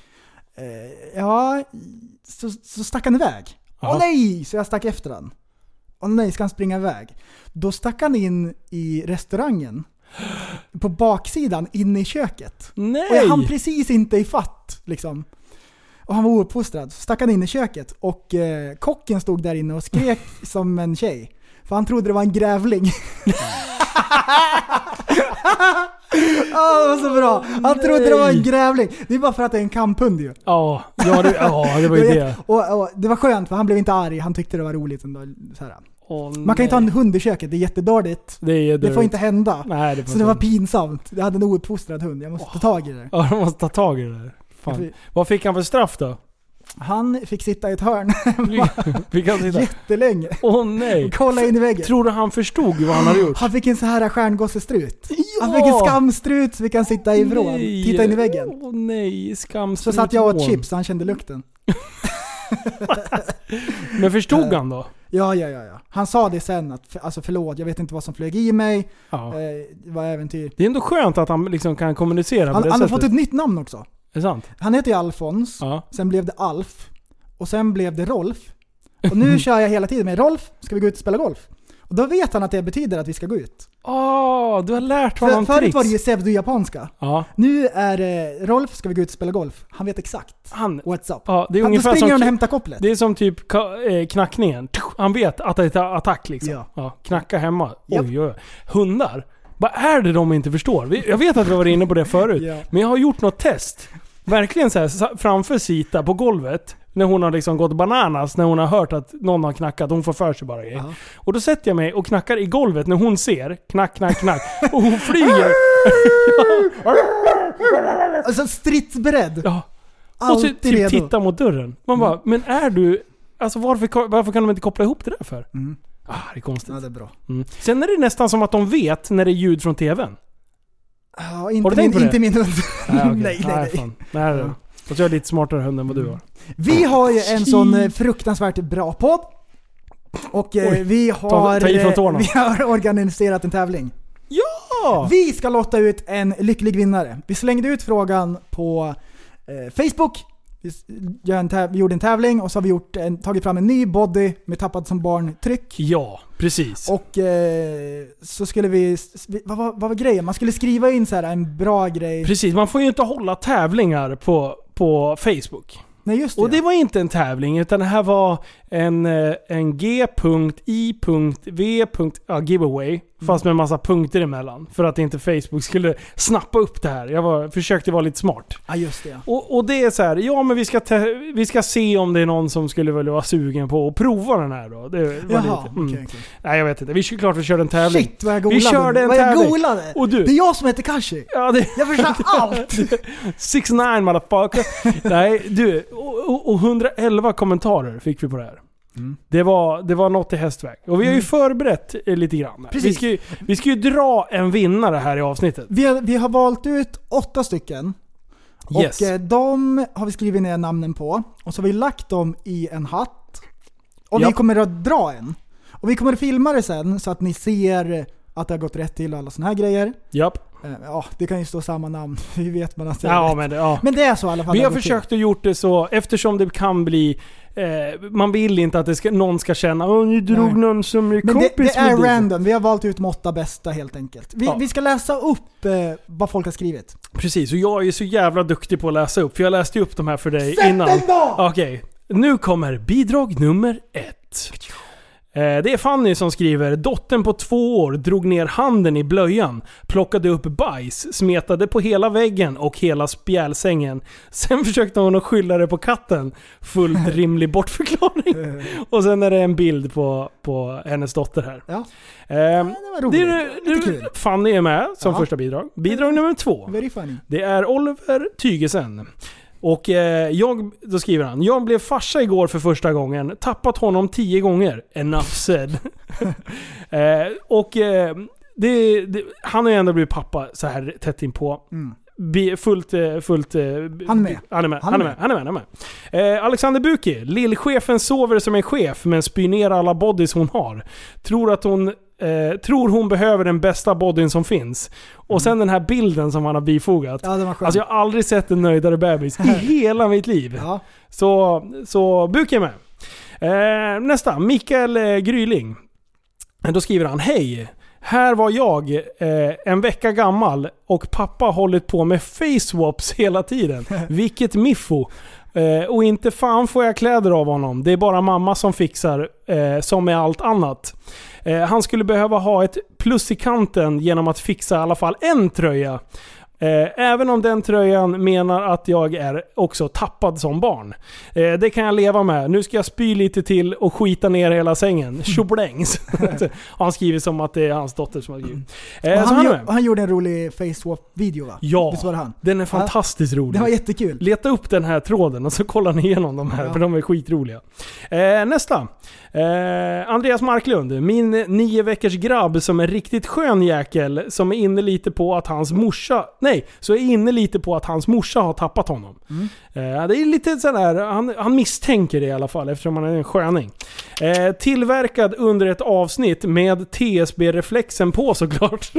så stack han iväg. Åh nej! Så jag stack efter han. Åh nej, ska han springa iväg? Då stack han in i restaurangen. På baksidan, inne i köket. Nej! Och jag hann precis inte i fatt, liksom. Och han var ouppfostrad. Så stack han in i köket. Och kocken stod där inne och skrek som en tjej. För han trodde det var en grävling. Det var så bra. Han trodde det var en grävling. Det är bara för att det är en kamphund ju. Ja, det var ju det. Och det var skönt för han blev inte arg. Han tyckte det var roligt ändå, så här. Man kan inte ha en hund i köket, det är jättedåligt. Det får inte hända. Nej, så det var pinsamt. Jag hade en ouppfostrad hund. Jag måste ta tag i det. Ja, jag måste ta tag i det. Fan. Vad fick han för straff då? Han fick sitta i ett hörn. Fick han sitta? Jättelänge. Åh nej. Kolla in i väggen. Tror du han förstod vad han hade gjort? Han fick en så här stjärngossestrut. Han fick en skamstrut så vi kan sitta i vrån. Titta in i väggen. Åh nej, skamstrut. Så satt jag åt chips så han kände lukten. Men förstod han då? Ja. Han sa det sen att alltså förlåt, jag vet inte vad som flög i mig. Det var äventyr. Det är ändå skönt att han liksom kan kommunicera på det han har sättet. fått ett nytt namn också. Är det sant? Han heter ju Alfons. Sen blev det Alf. Och sen blev det Rolf. Och nu kör jag hela tiden med Rolf, ska vi gå ut och spela golf? Och då vet han att det betyder att vi ska gå ut. Du har lärt honom tricks. Förut var det ju pseudo-japanska. Nu är det Rolf, ska vi gå ut och spela golf? Han vet exakt. What's up? Det är ungefär då springer som han och hämtar kopplet. Det är som typ knackningen. Han vet att det är attack liksom. Knacka hemma. Oj. Hundar. Vad är det de inte förstår? Jag vet att vi var inne på det förut. Men jag har gjort något test. Verkligen så här framför Sita på golvet. När hon har liksom gått bananas. När hon har hört att någon har knackat. Hon får för sig bara grejer. Och då sätter jag mig och knackar i golvet. När hon ser knack. Och hon flyger. Alltså stridsberedd. Och så typ titta mot dörren. Man bara, men är du... Alltså varför kan de inte koppla ihop det där för? Det är konstigt. Ja, det är bra. Sen är det nästan som att de vet när det är ljud från tvn. Ja, inte min hund. Nej. Nej. Och jag är lite smartare hund än vad du har. Vi har ju en sån fruktansvärt bra podd. Och vi har organiserat en tävling. Ja! Vi ska lotta ut en lycklig vinnare. Vi slängde ut frågan på Facebook. Vi gjorde en tävling och så har vi tagit fram en ny body med tappat som barn-tryck. Ja, precis. Och så skulle vad var grejen? Man skulle skriva in så här en bra grej. Precis, man får ju inte hålla tävlingar på Facebook. Nej, just det. Och det var inte en tävling utan det här var en G.I.V. giveaway fast med en massa punkter emellan. För att inte Facebook skulle snappa upp det här. Jag försökte vara lite smart. Ja, just det. Och det är så här, ja men vi ska se om det är någon som skulle vilja vara sugen på att prova den här då. Det var Jaha, lite, okej. Nej, jag vet inte. Vi körde en tävling. Shit, vad jag golade. Vi körde en tävling. Och du? Det är jag som heter Kashi. Ja, jag förstår allt. 6ix9ine motherfucker. Nej, du. Och 111 kommentarer fick vi på det här. Det var något i hästväg. Och vi har ju förberett lite grann. Vi ska ju dra en vinnare här i avsnittet. Vi har valt ut 8 stycken. Yes. Och de har vi skrivit ner namnen på. Och så har vi lagt dem i en hatt. Och vi kommer att dra en. Och vi kommer att filma det sen så att ni ser att det har gått rätt till och alla såna här grejer. Japp. Ja, det kan ju stå samma namn. Vi vet man att det är rätt. Men det är så i alla fall. Vi har försökt att gjort det så, eftersom det kan bli man vill inte att någon ska känna ni drog någon som är kompis. Men det är random. Vi har valt ut 8 bästa helt enkelt. Vi ska läsa upp vad folk har skrivit. Precis, och jag är så jävla duktig på att läsa upp. För jag läste upp de här för dig Sätt innan. Okej, nu kommer bidrag nummer 1. Det är Fanny som skriver: dottern på 2 år drog ner handen i blöjan, plockade upp bajs, smetade på hela väggen och hela spjälsängen. Sen försökte hon att skylla det på katten. Fullt rimlig bortförklaring. Och sen är det en bild på hennes dotter här. Ja. Det var roligt. Fanny är med som första bidrag. Bidrag nummer 2. Very funny. Det är Oliver Tygesen. Och då skriver han: jag blev farsa igår för första gången. Tappat honom 10 gånger. Enough said. Han har ju ändå blivit pappa så här tätt in på. Fullt Han är med. Alexander Buki: lillchefen sover som en chef men spyr ner alla bodies hon har. Tror hon behöver den bästa bodyn som finns. Och sen den här bilden som han har bifogat. Ja, det var skönt. Alltså jag har aldrig sett en nöjdare bebis i hela mitt liv. Ja. Så Buki är med. Nästa, Mikael Gryling. Då skriver han: hej. Här var jag en vecka gammal och pappa hållit på med face swaps hela tiden. Vilket miffo. Och inte fan får jag kläder av honom. Det är bara mamma som fixar som med allt annat. Han skulle behöva ha ett plus i kanten genom att fixa i alla fall en tröja. Även om den tröjan menar att jag är också tappad som barn. Det kan jag leva med. Nu ska jag spy lite till och skita ner hela sängen. Tjoblängs. Han skriver som att det är hans dotter som har skrivit. Han gjorde en rolig face swap video, va? Ja, visst var det han? Den är fantastiskt rolig. Det var jättekul. Leta upp den här tråden och så kollar ni igenom de här, för de är skitroliga. Nästa. Andreas Marklund: min 9 veckors grabb som är riktigt skön jäkel, som är inne lite på att hans morsa har tappat honom. Det är lite sådär, han misstänker det i alla fall eftersom han är en sköning. Tillverkad under ett avsnitt med TSB-reflexen på såklart.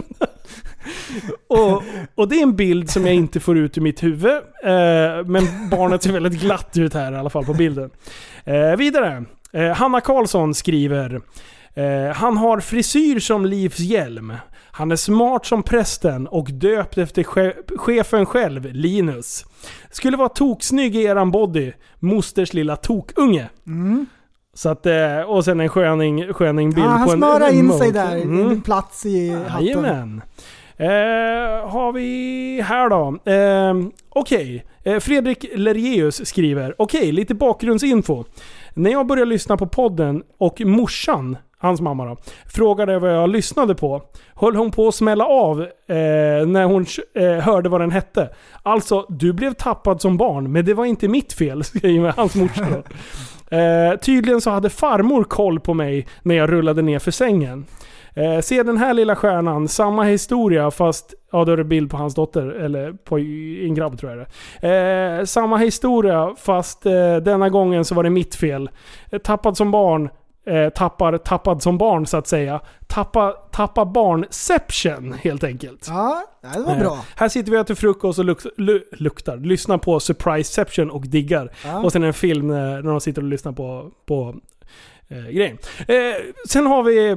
och det är en bild som jag inte får ut ur mitt huvud, men barnet ser väldigt glatt ut här i alla fall på bilden. Vidare, Hanna Karlsson skriver: han har frisyr som Livs hjälm. Han är smart som prästen och döpt efter chefen själv, Linus. Skulle vara toksnygg i eran body. Mosters lilla tokunge. Så att, och sen en sköning bild han på en smörar in sig där, en plats i hatten. Jajamän. Har vi här då. Okej. Fredrik Lergeus skriver: okej, lite bakgrundsinfo. När jag började lyssna på podden och morsan, hans mamma då, frågade vad jag lyssnade på, höll hon på att smälla av när hon hörde vad den hette. Alltså, du blev tappad som barn, men det var inte mitt fel, skriver hans morsa. Tydligen så hade farmor koll på mig när jag rullade ner för sängen. Se den här lilla stjärnan, samma historia fast, ja då är det bild på hans dotter, eller på en grabb tror jag det. Samma historia fast denna gången så var det mitt fel. Tappad som barn, tappad som barn så att säga. Tappa barnception helt enkelt. Ja, det var bra. Här sitter vi och äter frukost och luktar. Lyssnar på Surpriseception och diggar. Ja. Och sen en film när de sitter och lyssnar på grejen. Sen har vi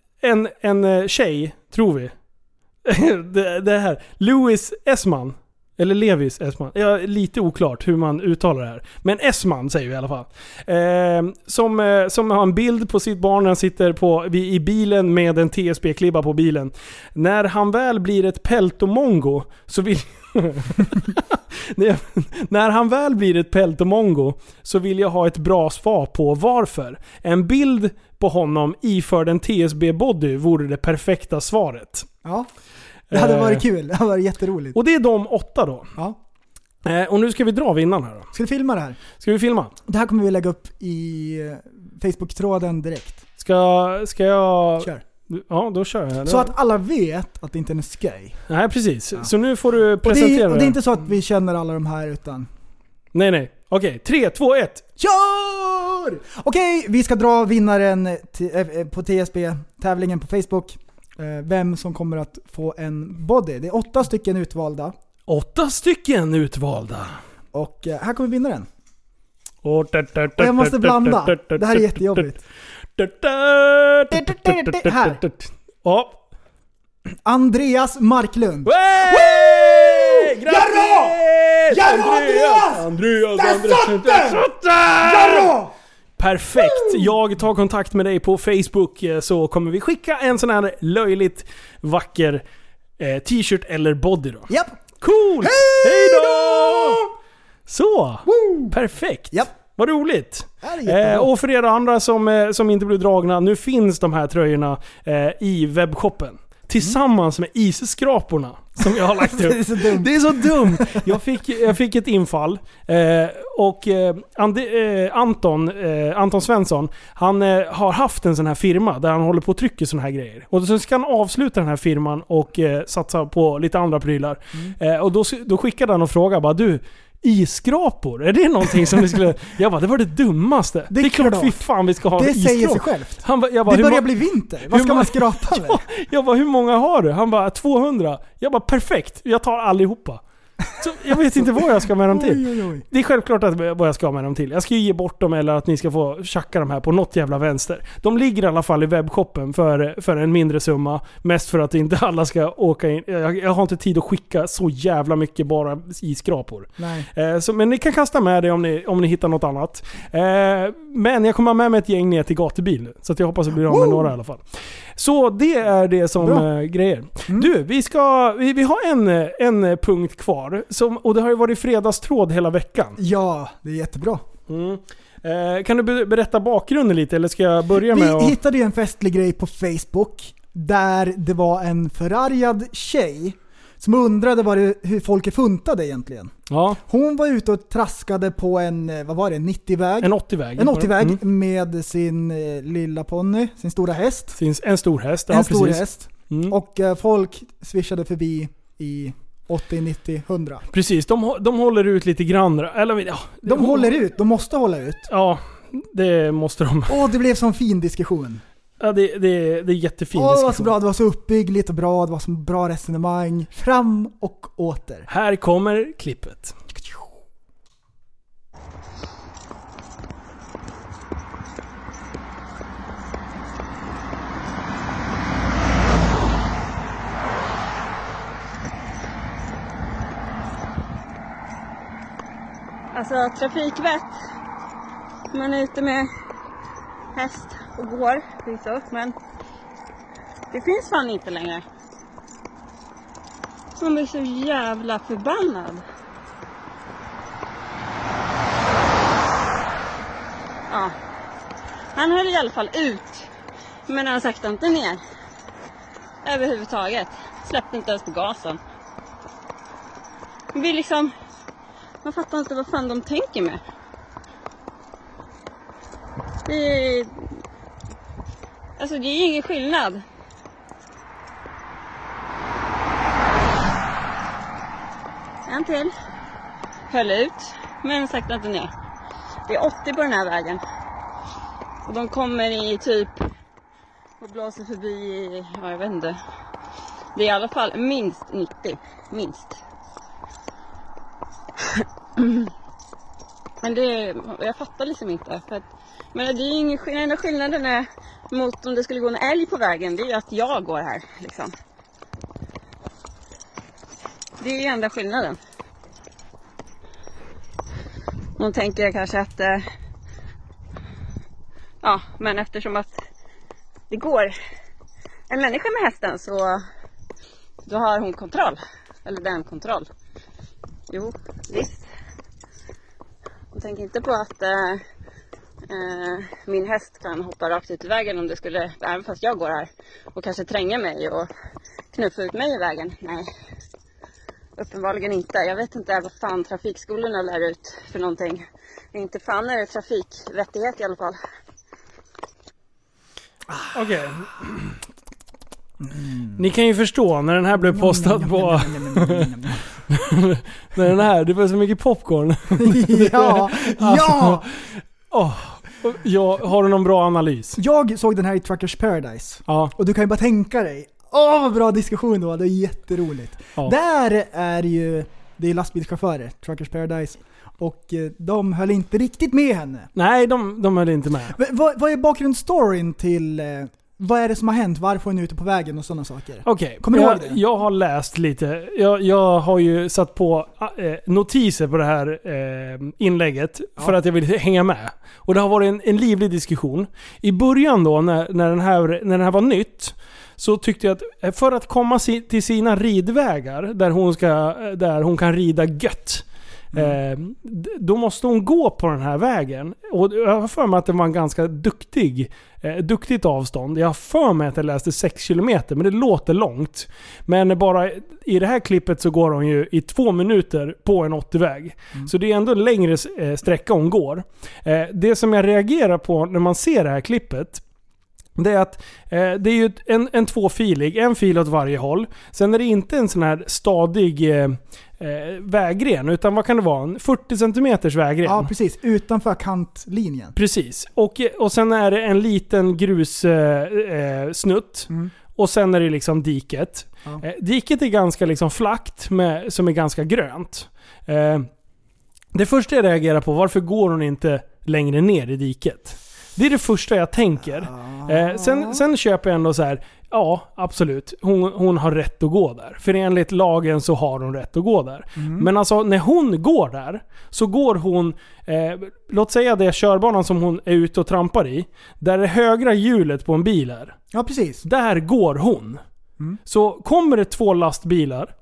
en tjej, tror vi. det här. Louis Essman Eller Levis Essman. Ja, lite oklart hur man uttalar det här. Men Essman säger vi i alla fall. Som har en bild på sitt barn när han sitter i bilen med en TSB-klibba på bilen. När han väl blir ett peltomongo så vill... När han väl blir ett peltomongo så vill jag ha ett bra svar på varför. En bild på honom iförd en TSB-body vore det perfekta svaret. Ja. Det hade varit kul. Det hade varit jätteroligt. Och det är de 8 då. Ja. Och nu ska vi dra vinnaren här då. Ska vi filma det här? Ska vi filma? Det här kommer vi lägga upp i Facebook-tråden direkt. Ska jag... Kör. Ja, då kör jag. Så att alla vet att det inte är en skoj. Nej, precis. Ja. Så nu får du presentera och det är inte så att vi känner alla de här utan... Nej. Okej, 3, 2, 1. Kör! Okej, vi ska dra vinnaren på TSB-tävlingen på Facebook. Vem som kommer att få en body. Det är 8 stycken utvalda. 8 stycken utvalda. Och här kommer vinnaren. Och jag måste blanda. Det här är jättejobbigt. Här. Ja. Andreas Marklund. Andreas! Perfekt. Jag tar kontakt med dig på Facebook så kommer vi skicka en sån här löjligt vacker t-shirt eller body då. Japp. Cool. Hej då! Så. Woo. Perfekt. Japp. Vad roligt. Och för er andra som inte blir dragna, nu finns de här tröjorna i webbshoppen. Tillsammans med isskraporna som jag har lagt upp. Det är så dumt. Jag fick ett infall och Anton Svensson, han har haft en sån här firma där han håller på och trycker såna här grejer. Och så ska han avsluta den här firman och satsa på lite andra prylar. Och då skickade han och frågade bara, du, isskrapor, är det någonting som vi skulle... Jag bara, det var det dummaste. Det är klart, fy fan vi ska ha isskrapor. Det säger sig självt. Det börjar bli vinter. Vad ska man skrapa med? Jag bara, hur många har du? Han bara, 200. Jag bara, perfekt. Jag tar allihopa. Så jag vet inte vad jag ska med dem till. Oj. Det är självklart att vad jag ska med dem till. Jag ska ju ge bort dem eller att ni ska få tjacka dem här på något jävla vänster. De ligger i alla fall i webbshoppen för en mindre summa. Mest för att inte alla ska åka in. Jag har inte tid att skicka så jävla mycket bara i skrapor. Men ni kan kasta med det om ni hittar något annat. Men jag kommer med ett gäng ner till gatubil nu. Så att jag hoppas att det blir av med några i alla fall. Så det är det som grejer. Du, vi har en punkt kvar. Och det har ju varit fredagstråd hela veckan. Ja, det är jättebra. Kan du berätta bakgrunden lite, eller ska jag börja med Vi hittade ju en festlig grej på Facebook där det var en förargad tjej som undrade hur folk funtade egentligen. Ja. Hon var ute och traskade på en 90-väg. En 80-väg. En 80-väg med sin lilla ponny, sin stora häst. En stor häst. En stor häst. Och folk swishade förbi i 80, 90, 100. Precis, de håller ut lite grann. Eller, de håller ut, de måste hålla ut. Ja, det måste de. Det blev så en fin diskussion. Ja, det är jättefin diskussion. Det var så bra, det var så uppbyggligt och bra, det var så bra resonemang. Fram och åter. Här kommer klippet. Alltså trafikvett. Man är ute med häst och går liksom, men det finns fan inte längre. Så man blir så jävla förbannad. Ja. Han höll i alla fall ut, men han saktade inte ner. Överhuvudtaget. Släppte inte ens på gasen. Det blir liksom... Man fattar inte vad fan de tänker med. Alltså det är ingen skillnad. En till. Höll ut. Men sakta inte ner. Det är 80 på den här vägen. Och de kommer i typ... Och blåser förbi... Ja, jag vet inte. Det är i alla fall minst 90. Minst. Men jag fattar liksom inte för att, men det är ju ingen skillnad. Skillnaden är mot om det skulle gå en älg på vägen, det är ju att jag går här liksom. Det är ju enda skillnaden. Hon tänker kanske att men eftersom att det går en människa med hästen så då har hon kontroll. Eller den kontroll. Jo, visst. Hon tänker inte på att min häst kan hoppa rakt ut i vägen om det skulle, även fast jag går här och kanske tränga mig och knuffa ut mig i vägen. Nej, uppenbarligen inte. Jag vet inte vad fan trafikskolorna lär ut för någonting. Inte fan är det trafikvettighet i alla fall. Okej. Ni kan ju förstå när den här blev postad på när den här, det var så mycket popcorn. Har du någon bra analys? Jag såg den här i Truckers Paradise. Ja. Och du kan ju bara tänka dig. Vad bra diskussion då. Det är jätteroligt. Ja. Där är ju, det är lastbilschaufförer, Truckers Paradise. Och de höll inte riktigt med henne. Nej, de höll inte med. Vad är bakgrundsstoryn till... vad är det som har hänt? Varför är ni ute på vägen och sådana saker? Okej, kommer du ihåg det? Jag har läst lite. Jag har ju satt på notiser på det här inlägget för att jag vill hänga med. Och det har varit en livlig diskussion. I början då, när den här var nytt, så tyckte jag att för att komma till sina ridvägar där hon kan rida gött, då måste hon gå på den här vägen. Och jag har för mig att det var en ganska duktigt avstånd. Jag har för mig att jag läste 6 kilometer, men det låter långt. Men bara i det här klippet så går hon ju i 2 minuter på en 80-väg. Så det är ändå en längre sträcka hon går. Det som jag reagerar på när man ser det här klippet, det är att det är ju en tvåfilig, en fil åt varje håll. Sen är det inte en sån här stadig vägren, utan vad kan det vara? En 40 centimeters vägren. Ja, precis. Utanför kantlinjen. Precis. Och sen är det en liten grussnutt. Och sen är det liksom diket. Ja. Diket är ganska liksom flackt som är ganska grönt. Det första jag reagerar på, varför går hon inte längre ner i diket? Det är det första jag tänker. Sen köper jag ändå så här. Ja, absolut. Hon har rätt att gå där. För enligt lagen så har hon rätt att gå där. Men alltså när hon går där, så går hon, låt säga det är körbanan som hon är ute och trampar i, där det högra hjulet på en bil är. Ja, precis. Där går hon. Så kommer det 2 lastbilar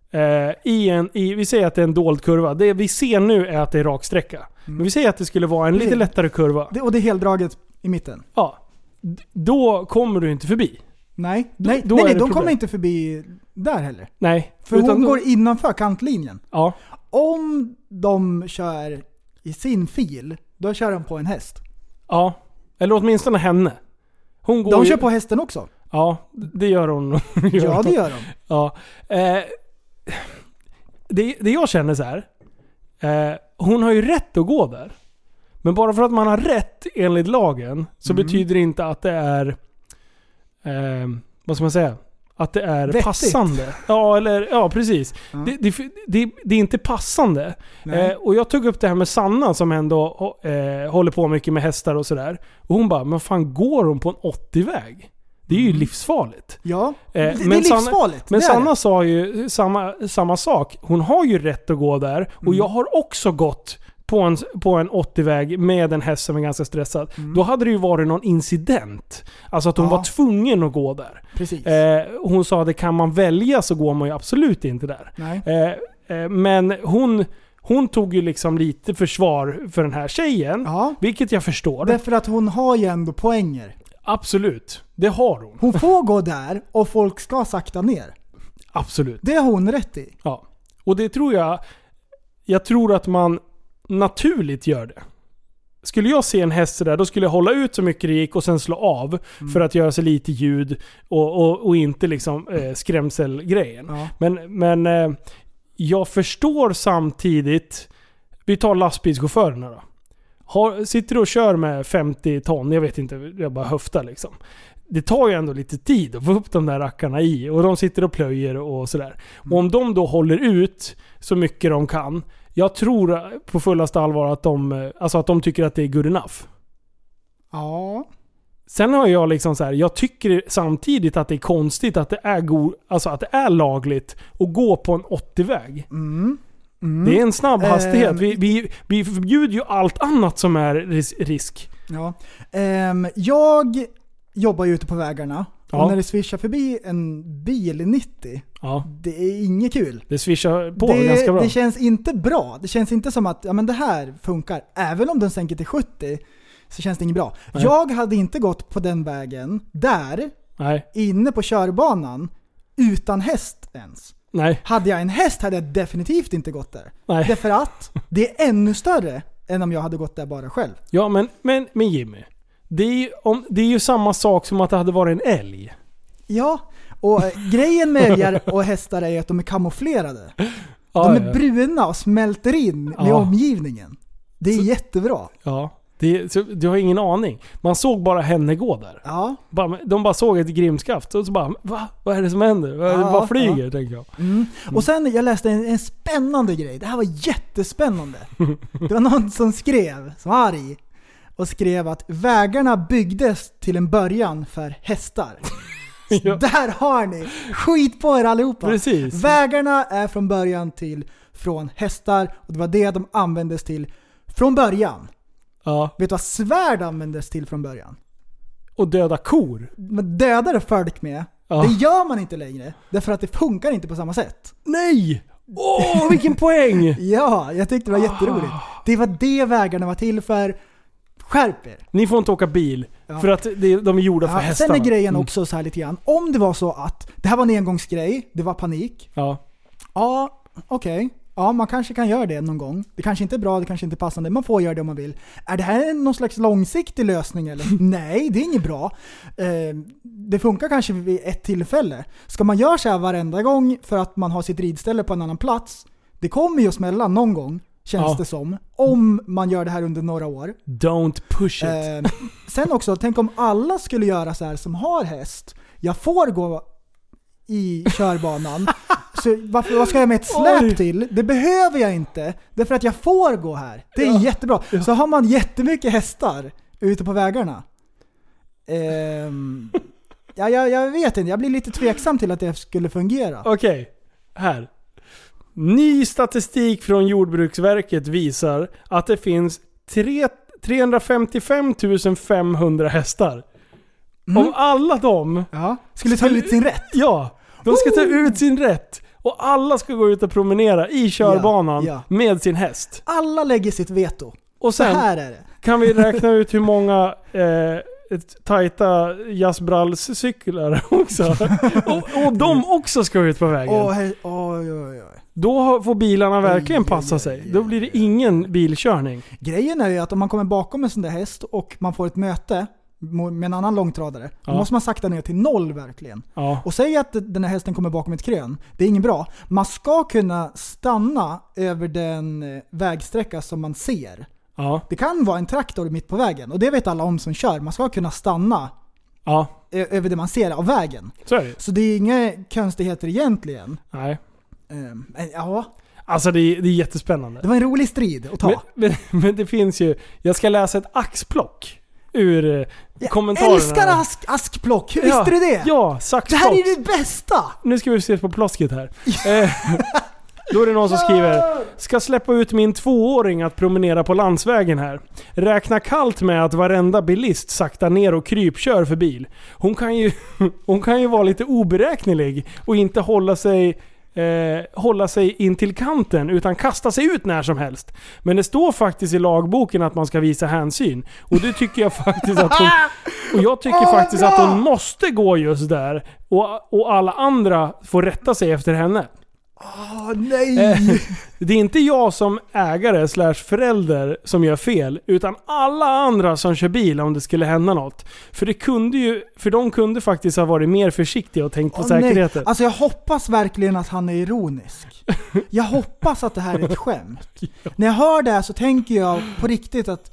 vi säger att det är en dold kurva. Det vi ser nu är att det är rak sträcka. Men vi säger att det skulle vara en lite lättare kurva. Och det är heldraget i mitten. Ja. Då kommer du inte förbi. Nej, de kommer inte förbi där heller. Nej. För hon går innanför kantlinjen. Ja. Om de kör i sin fil, då kör de på en häst. Ja, eller åtminstone henne. De kör på hästen också. Ja, det gör hon. Ja, det gör de. Ja. Det jag känner så här. Hon har ju rätt att gå där. Men bara för att man har rätt enligt lagen så betyder det inte att det är vad ska man säga? Att det är vettigt. Passande. Ja, precis. Det är inte passande. Och jag tog upp det här med Sanna som ändå håller på mycket med hästar och sådär. Och hon bara, men fan, går hon på en 80-väg? Det är ju livsfarligt. Ja, det är livsfarligt. Men Sanna sa ju samma sak. Hon har ju rätt att gå där. Och jag har också gått på en 80-väg med en häst som är ganska stressad. Då hade det ju varit någon incident. Alltså att hon var tvungen att gå där. Precis. Hon sa att kan man välja så går man ju absolut inte där. Nej. Men hon tog ju liksom lite försvar för den här tjejen. Vilket jag förstår. Därför att hon har ju ändå poänger. Absolut, det har hon. Hon får gå där och folk ska sakta ner. Absolut. Det har hon rätt i. Ja, och det tror jag tror att man naturligt gör det. Skulle jag se en häst där, då skulle jag hålla ut så mycket det gick och sen slå av för att göra sig lite ljud och inte liksom skrämselgrejen. Ja. Men jag förstår samtidigt, vi tar lastbilschaufförerna då. Sitter och kör med 50 ton, jag vet inte, jag bara höftar liksom. Det tar ju ändå lite tid att få upp de där rackarna i, och de sitter och plöjer och sådär. Och om de då håller ut så mycket de kan, jag tror på fullaste allvar att de tycker att det är good enough. Ja. Sen har jag liksom så här, jag tycker samtidigt att det är konstigt att det är att det är lagligt att gå på en 80-väg. Det är en snabb hastighet. Vi förbjuder ju allt annat som är risk. Ja. Jag jobbar ju ute på vägarna. Och när det swishar förbi en bil i 90, det är inget kul. Det swishar på ganska bra. Det känns inte bra. Det känns inte som att men det här funkar. Även om den sänker till 70 så känns det inget bra. Nej. Jag hade inte gått på den vägen där, inne på körbanan, utan häst ens. Nej. Hade jag en häst hade jag definitivt inte gått där. Nej. Därför att det är ännu större än om jag hade gått där bara själv. Ja, men Jimmy, det är ju samma sak som att det hade varit en älg. Ja, och grejen med älgar och hästar är att de är kamouflerade. De är bruna och smälter in med omgivningen. Det är jättebra. Ja. Du har ingen aning. Man såg bara henne gå där. Ja. De bara såg ett grimskaft och så bara, vad är det som händer? Vad flyger, tänker jag. Och sen jag läste en spännande grej. Det här var jättespännande. Det var någon som var arg och skrev att vägarna byggdes till en början för hästar. Ja. Där har ni. Skit på er allihopa. Precis. Vägarna är från början från hästar och det var det de användes till från början. Ja. Vet du vad svärd användes till från början? Och döda kor. Men dödade folk med. Ja. Det gör man inte längre. Därför att det funkar inte på samma sätt. Nej! Vilken poäng! Ja, jag tyckte det var jätteroligt. Det var det vägarna var till för. Skärp er. Ni får inte åka bil. För att de är gjorda för hästarna. Sen är grejen också så här lite grann. Om det var så att det här var en engångsgrej, det var panik. Ja, okej. Ja, man kanske kan göra det någon gång. Det kanske inte är bra, det kanske inte är passande. Man får göra det om man vill. Är det här någon slags långsiktig lösning eller? Nej, det är inget bra. Det funkar kanske vid ett tillfälle. Ska man göra så här varenda gång för att man har sitt ridställe på en annan plats? Det kommer ju att smälla någon gång, känns det som. Om man gör det här under några år. Don't push it. Sen också, tänk om alla skulle göra så här som har häst. Jag får gå i körbanan. Så vad ska jag med ett släp till? Det behöver jag inte. Därför att jag får gå här. Det är jättebra. Ja. Så har man jättemycket hästar ute på vägarna. Jag vet inte. Jag blir lite tveksam till att det skulle fungera. Okej. Här. Ny statistik från Jordbruksverket visar att det finns 355 500 hästar. Om alla de skulle ta ut sin rätt. Ja. De ska ta ut sin rätt. Och alla ska gå ut och promenera i körbanan med sin häst. Alla lägger sitt veto. Och sen så här är det. Kan vi räkna ut hur många tajta jazzbrallscyklar också. och de också ska ut på vägen. Då får bilarna verkligen passa sig. Då blir det ingen bilkörning. Grejen är ju att om man kommer bakom en sån där häst och man får ett möte med en annan långtradare, då måste man sakta ner till 0 verkligen. Och säga att den här hästen kommer bakom ett krön, det är inget bra. Man ska kunna stanna över den vägsträcka som man ser. Det kan vara en traktor mitt på vägen, och det vet alla om som kör. Man ska kunna stanna över det man ser av vägen. Så det är inga konstigheter egentligen. Nej. Ja. Alltså det är jättespännande. Det var en rolig strid att ta. Men det finns ju, jag ska läsa ett axplock ur kommentarerna. Jag älskar askplock. Hur visste du det? Ja, saxplock. Det här är det bästa. Nu ska vi se på plosket här. Då är det någon som skriver: ska släppa ut min 2-åring att promenera på landsvägen här. Räkna kallt med att varenda bilist saktar ner och krypkör för bil. Hon kan ju vara lite oberäknelig och inte hålla sig in till kanten utan kasta sig ut när som helst. Men det står faktiskt i lagboken att man ska visa hänsyn. Och det tycker jag faktiskt att hon... Och jag tycker faktiskt att hon måste gå just där. Och alla andra får rätta sig efter henne. Nej! Det är inte jag som ägare / förälder som gör fel, utan alla andra som kör bil om det skulle hända något. För de kunde faktiskt ha varit mer försiktiga och tänkt på säkerheten. Alltså jag hoppas verkligen att han är ironisk. Jag hoppas att det här är ett skämt. När jag hör det här så tänker jag på riktigt att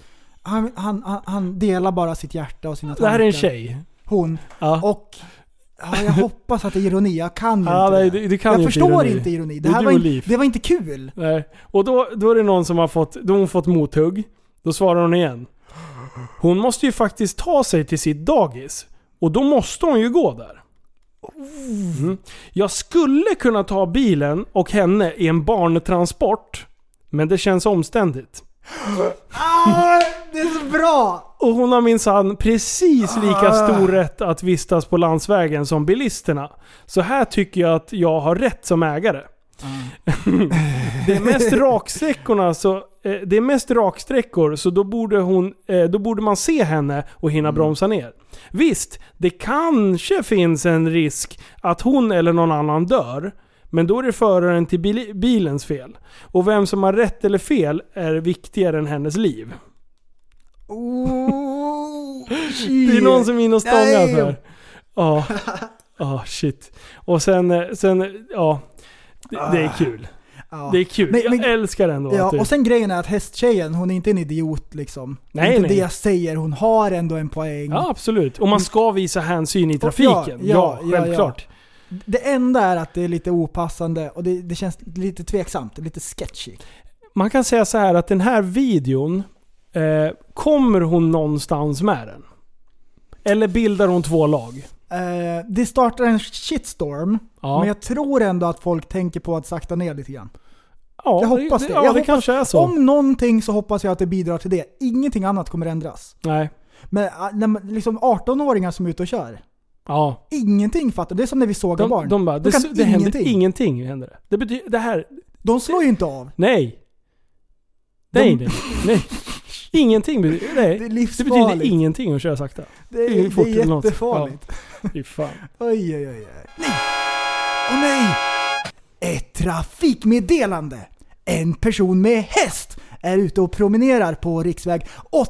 han delar bara sitt hjärta och sina tankar. Det här är en tjej. Hon. Och... Ja, jag hoppas att det är ironi. Jag kan ju inte nej, det kan jag inte förstår ironi. Inte ironi. Det var inte kul. Nej. Och då är det någon som har fått mothugg. Då svarar hon igen: hon måste ju faktiskt ta sig till sitt dagis. Och då måste hon ju gå där. Jag skulle kunna ta bilen och henne i en barntransport, men det känns omständigt. Det är så bra! Och hon har minsann precis lika stor rätt att vistas på landsvägen som bilisterna. Så här tycker jag att jag har rätt som ägare. Det är mest raksträckor, så då borde man se henne och hinna bromsa ner. Visst, det kanske finns en risk att hon eller någon annan dör, men då är det föraren till bilens fel. Och vem som har rätt eller fel är viktigare än hennes liv. Det är någon som är inne och stångar för. Shit. Och sen ja, det är kul. Det är kul. Jag älskar ändå. Ja, och sen grejen är att hästtjejen, hon är inte en idiot liksom. Nej, inte det jag säger, hon har ändå en poäng. Ja, absolut. Och man ska visa hänsyn i trafiken. Ja, självklart. Det enda är att det är lite opassande och det känns lite tveksamt, lite sketchy. Man kan säga så här att den här videon, kommer hon någonstans med den? Eller bildar hon två lag? Det startar en shitstorm, men jag tror ändå att folk tänker på att sakta ner lite grann. Ja, jag hoppas det. Ja, det kanske är så. Om någonting så hoppas jag att det bidrar till det. Ingenting annat kommer ändras. Nej. Men när liksom 18-åringar som är ute och kör. Ja. Ingenting fattar. Det är som när vi sågar barn. De bara, det händer ingenting. Händer. Det betyder det här. De slår ju inte av. Nej. Nej. Ingenting betyder, nej. Det betyder ingenting att köra sakta. Det är jättefarligt. Fy fan. Oj. Nej. Åh nej. Ett trafikmeddelande. En person med häst är ute och promenerar på riksväg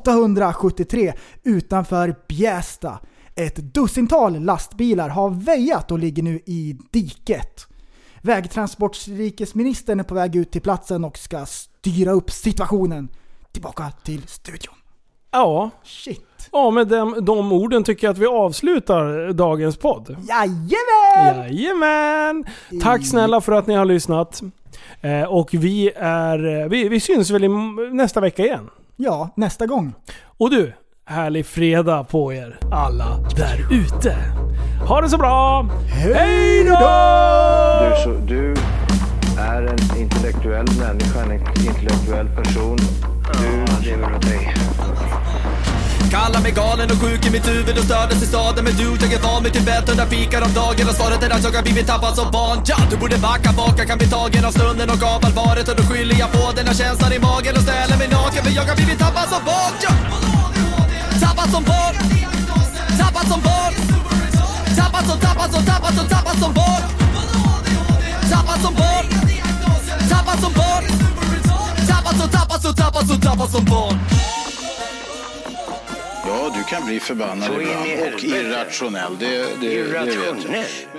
873 utanför Bjästa. Ett dussintal lastbilar har väjat och ligger nu i diket. Vägtransportrikesministern är på väg ut till platsen och ska styra upp situationen. Tillbaka till studion. Ja. Shit. Ja, med de orden tycker jag att vi avslutar dagens podd. Jajamän! Tack snälla för att ni har lyssnat. Och vi syns väl nästa vecka igen. Ja, nästa gång. Och du, härlig fredag på er alla där ute. Ha det så bra! Hej då! Du är en intellektuell människa, en intellektuell person. Du lever åt dig. Kallar mig galen och sjuk i mitt huvud och stördes i staden. Men du, jag är van vid Tibet under fikar om dagen. Och svaret är att jag har blivit tappad som barn. Ja, du borde backa bak, jag kan bli tagen av stunden och av allvaret. Och då skyller jag på den här känslan i magen och ställer mig naken. För jag har blivit tappad som barn. Ja. Tappad som barn. Tappad som barn. Tappad som barn. Tappad som barn. Tappad som barn. Tappad som barn. Ja, du kan bli förbannad ibland och irrationell. Det vet jag.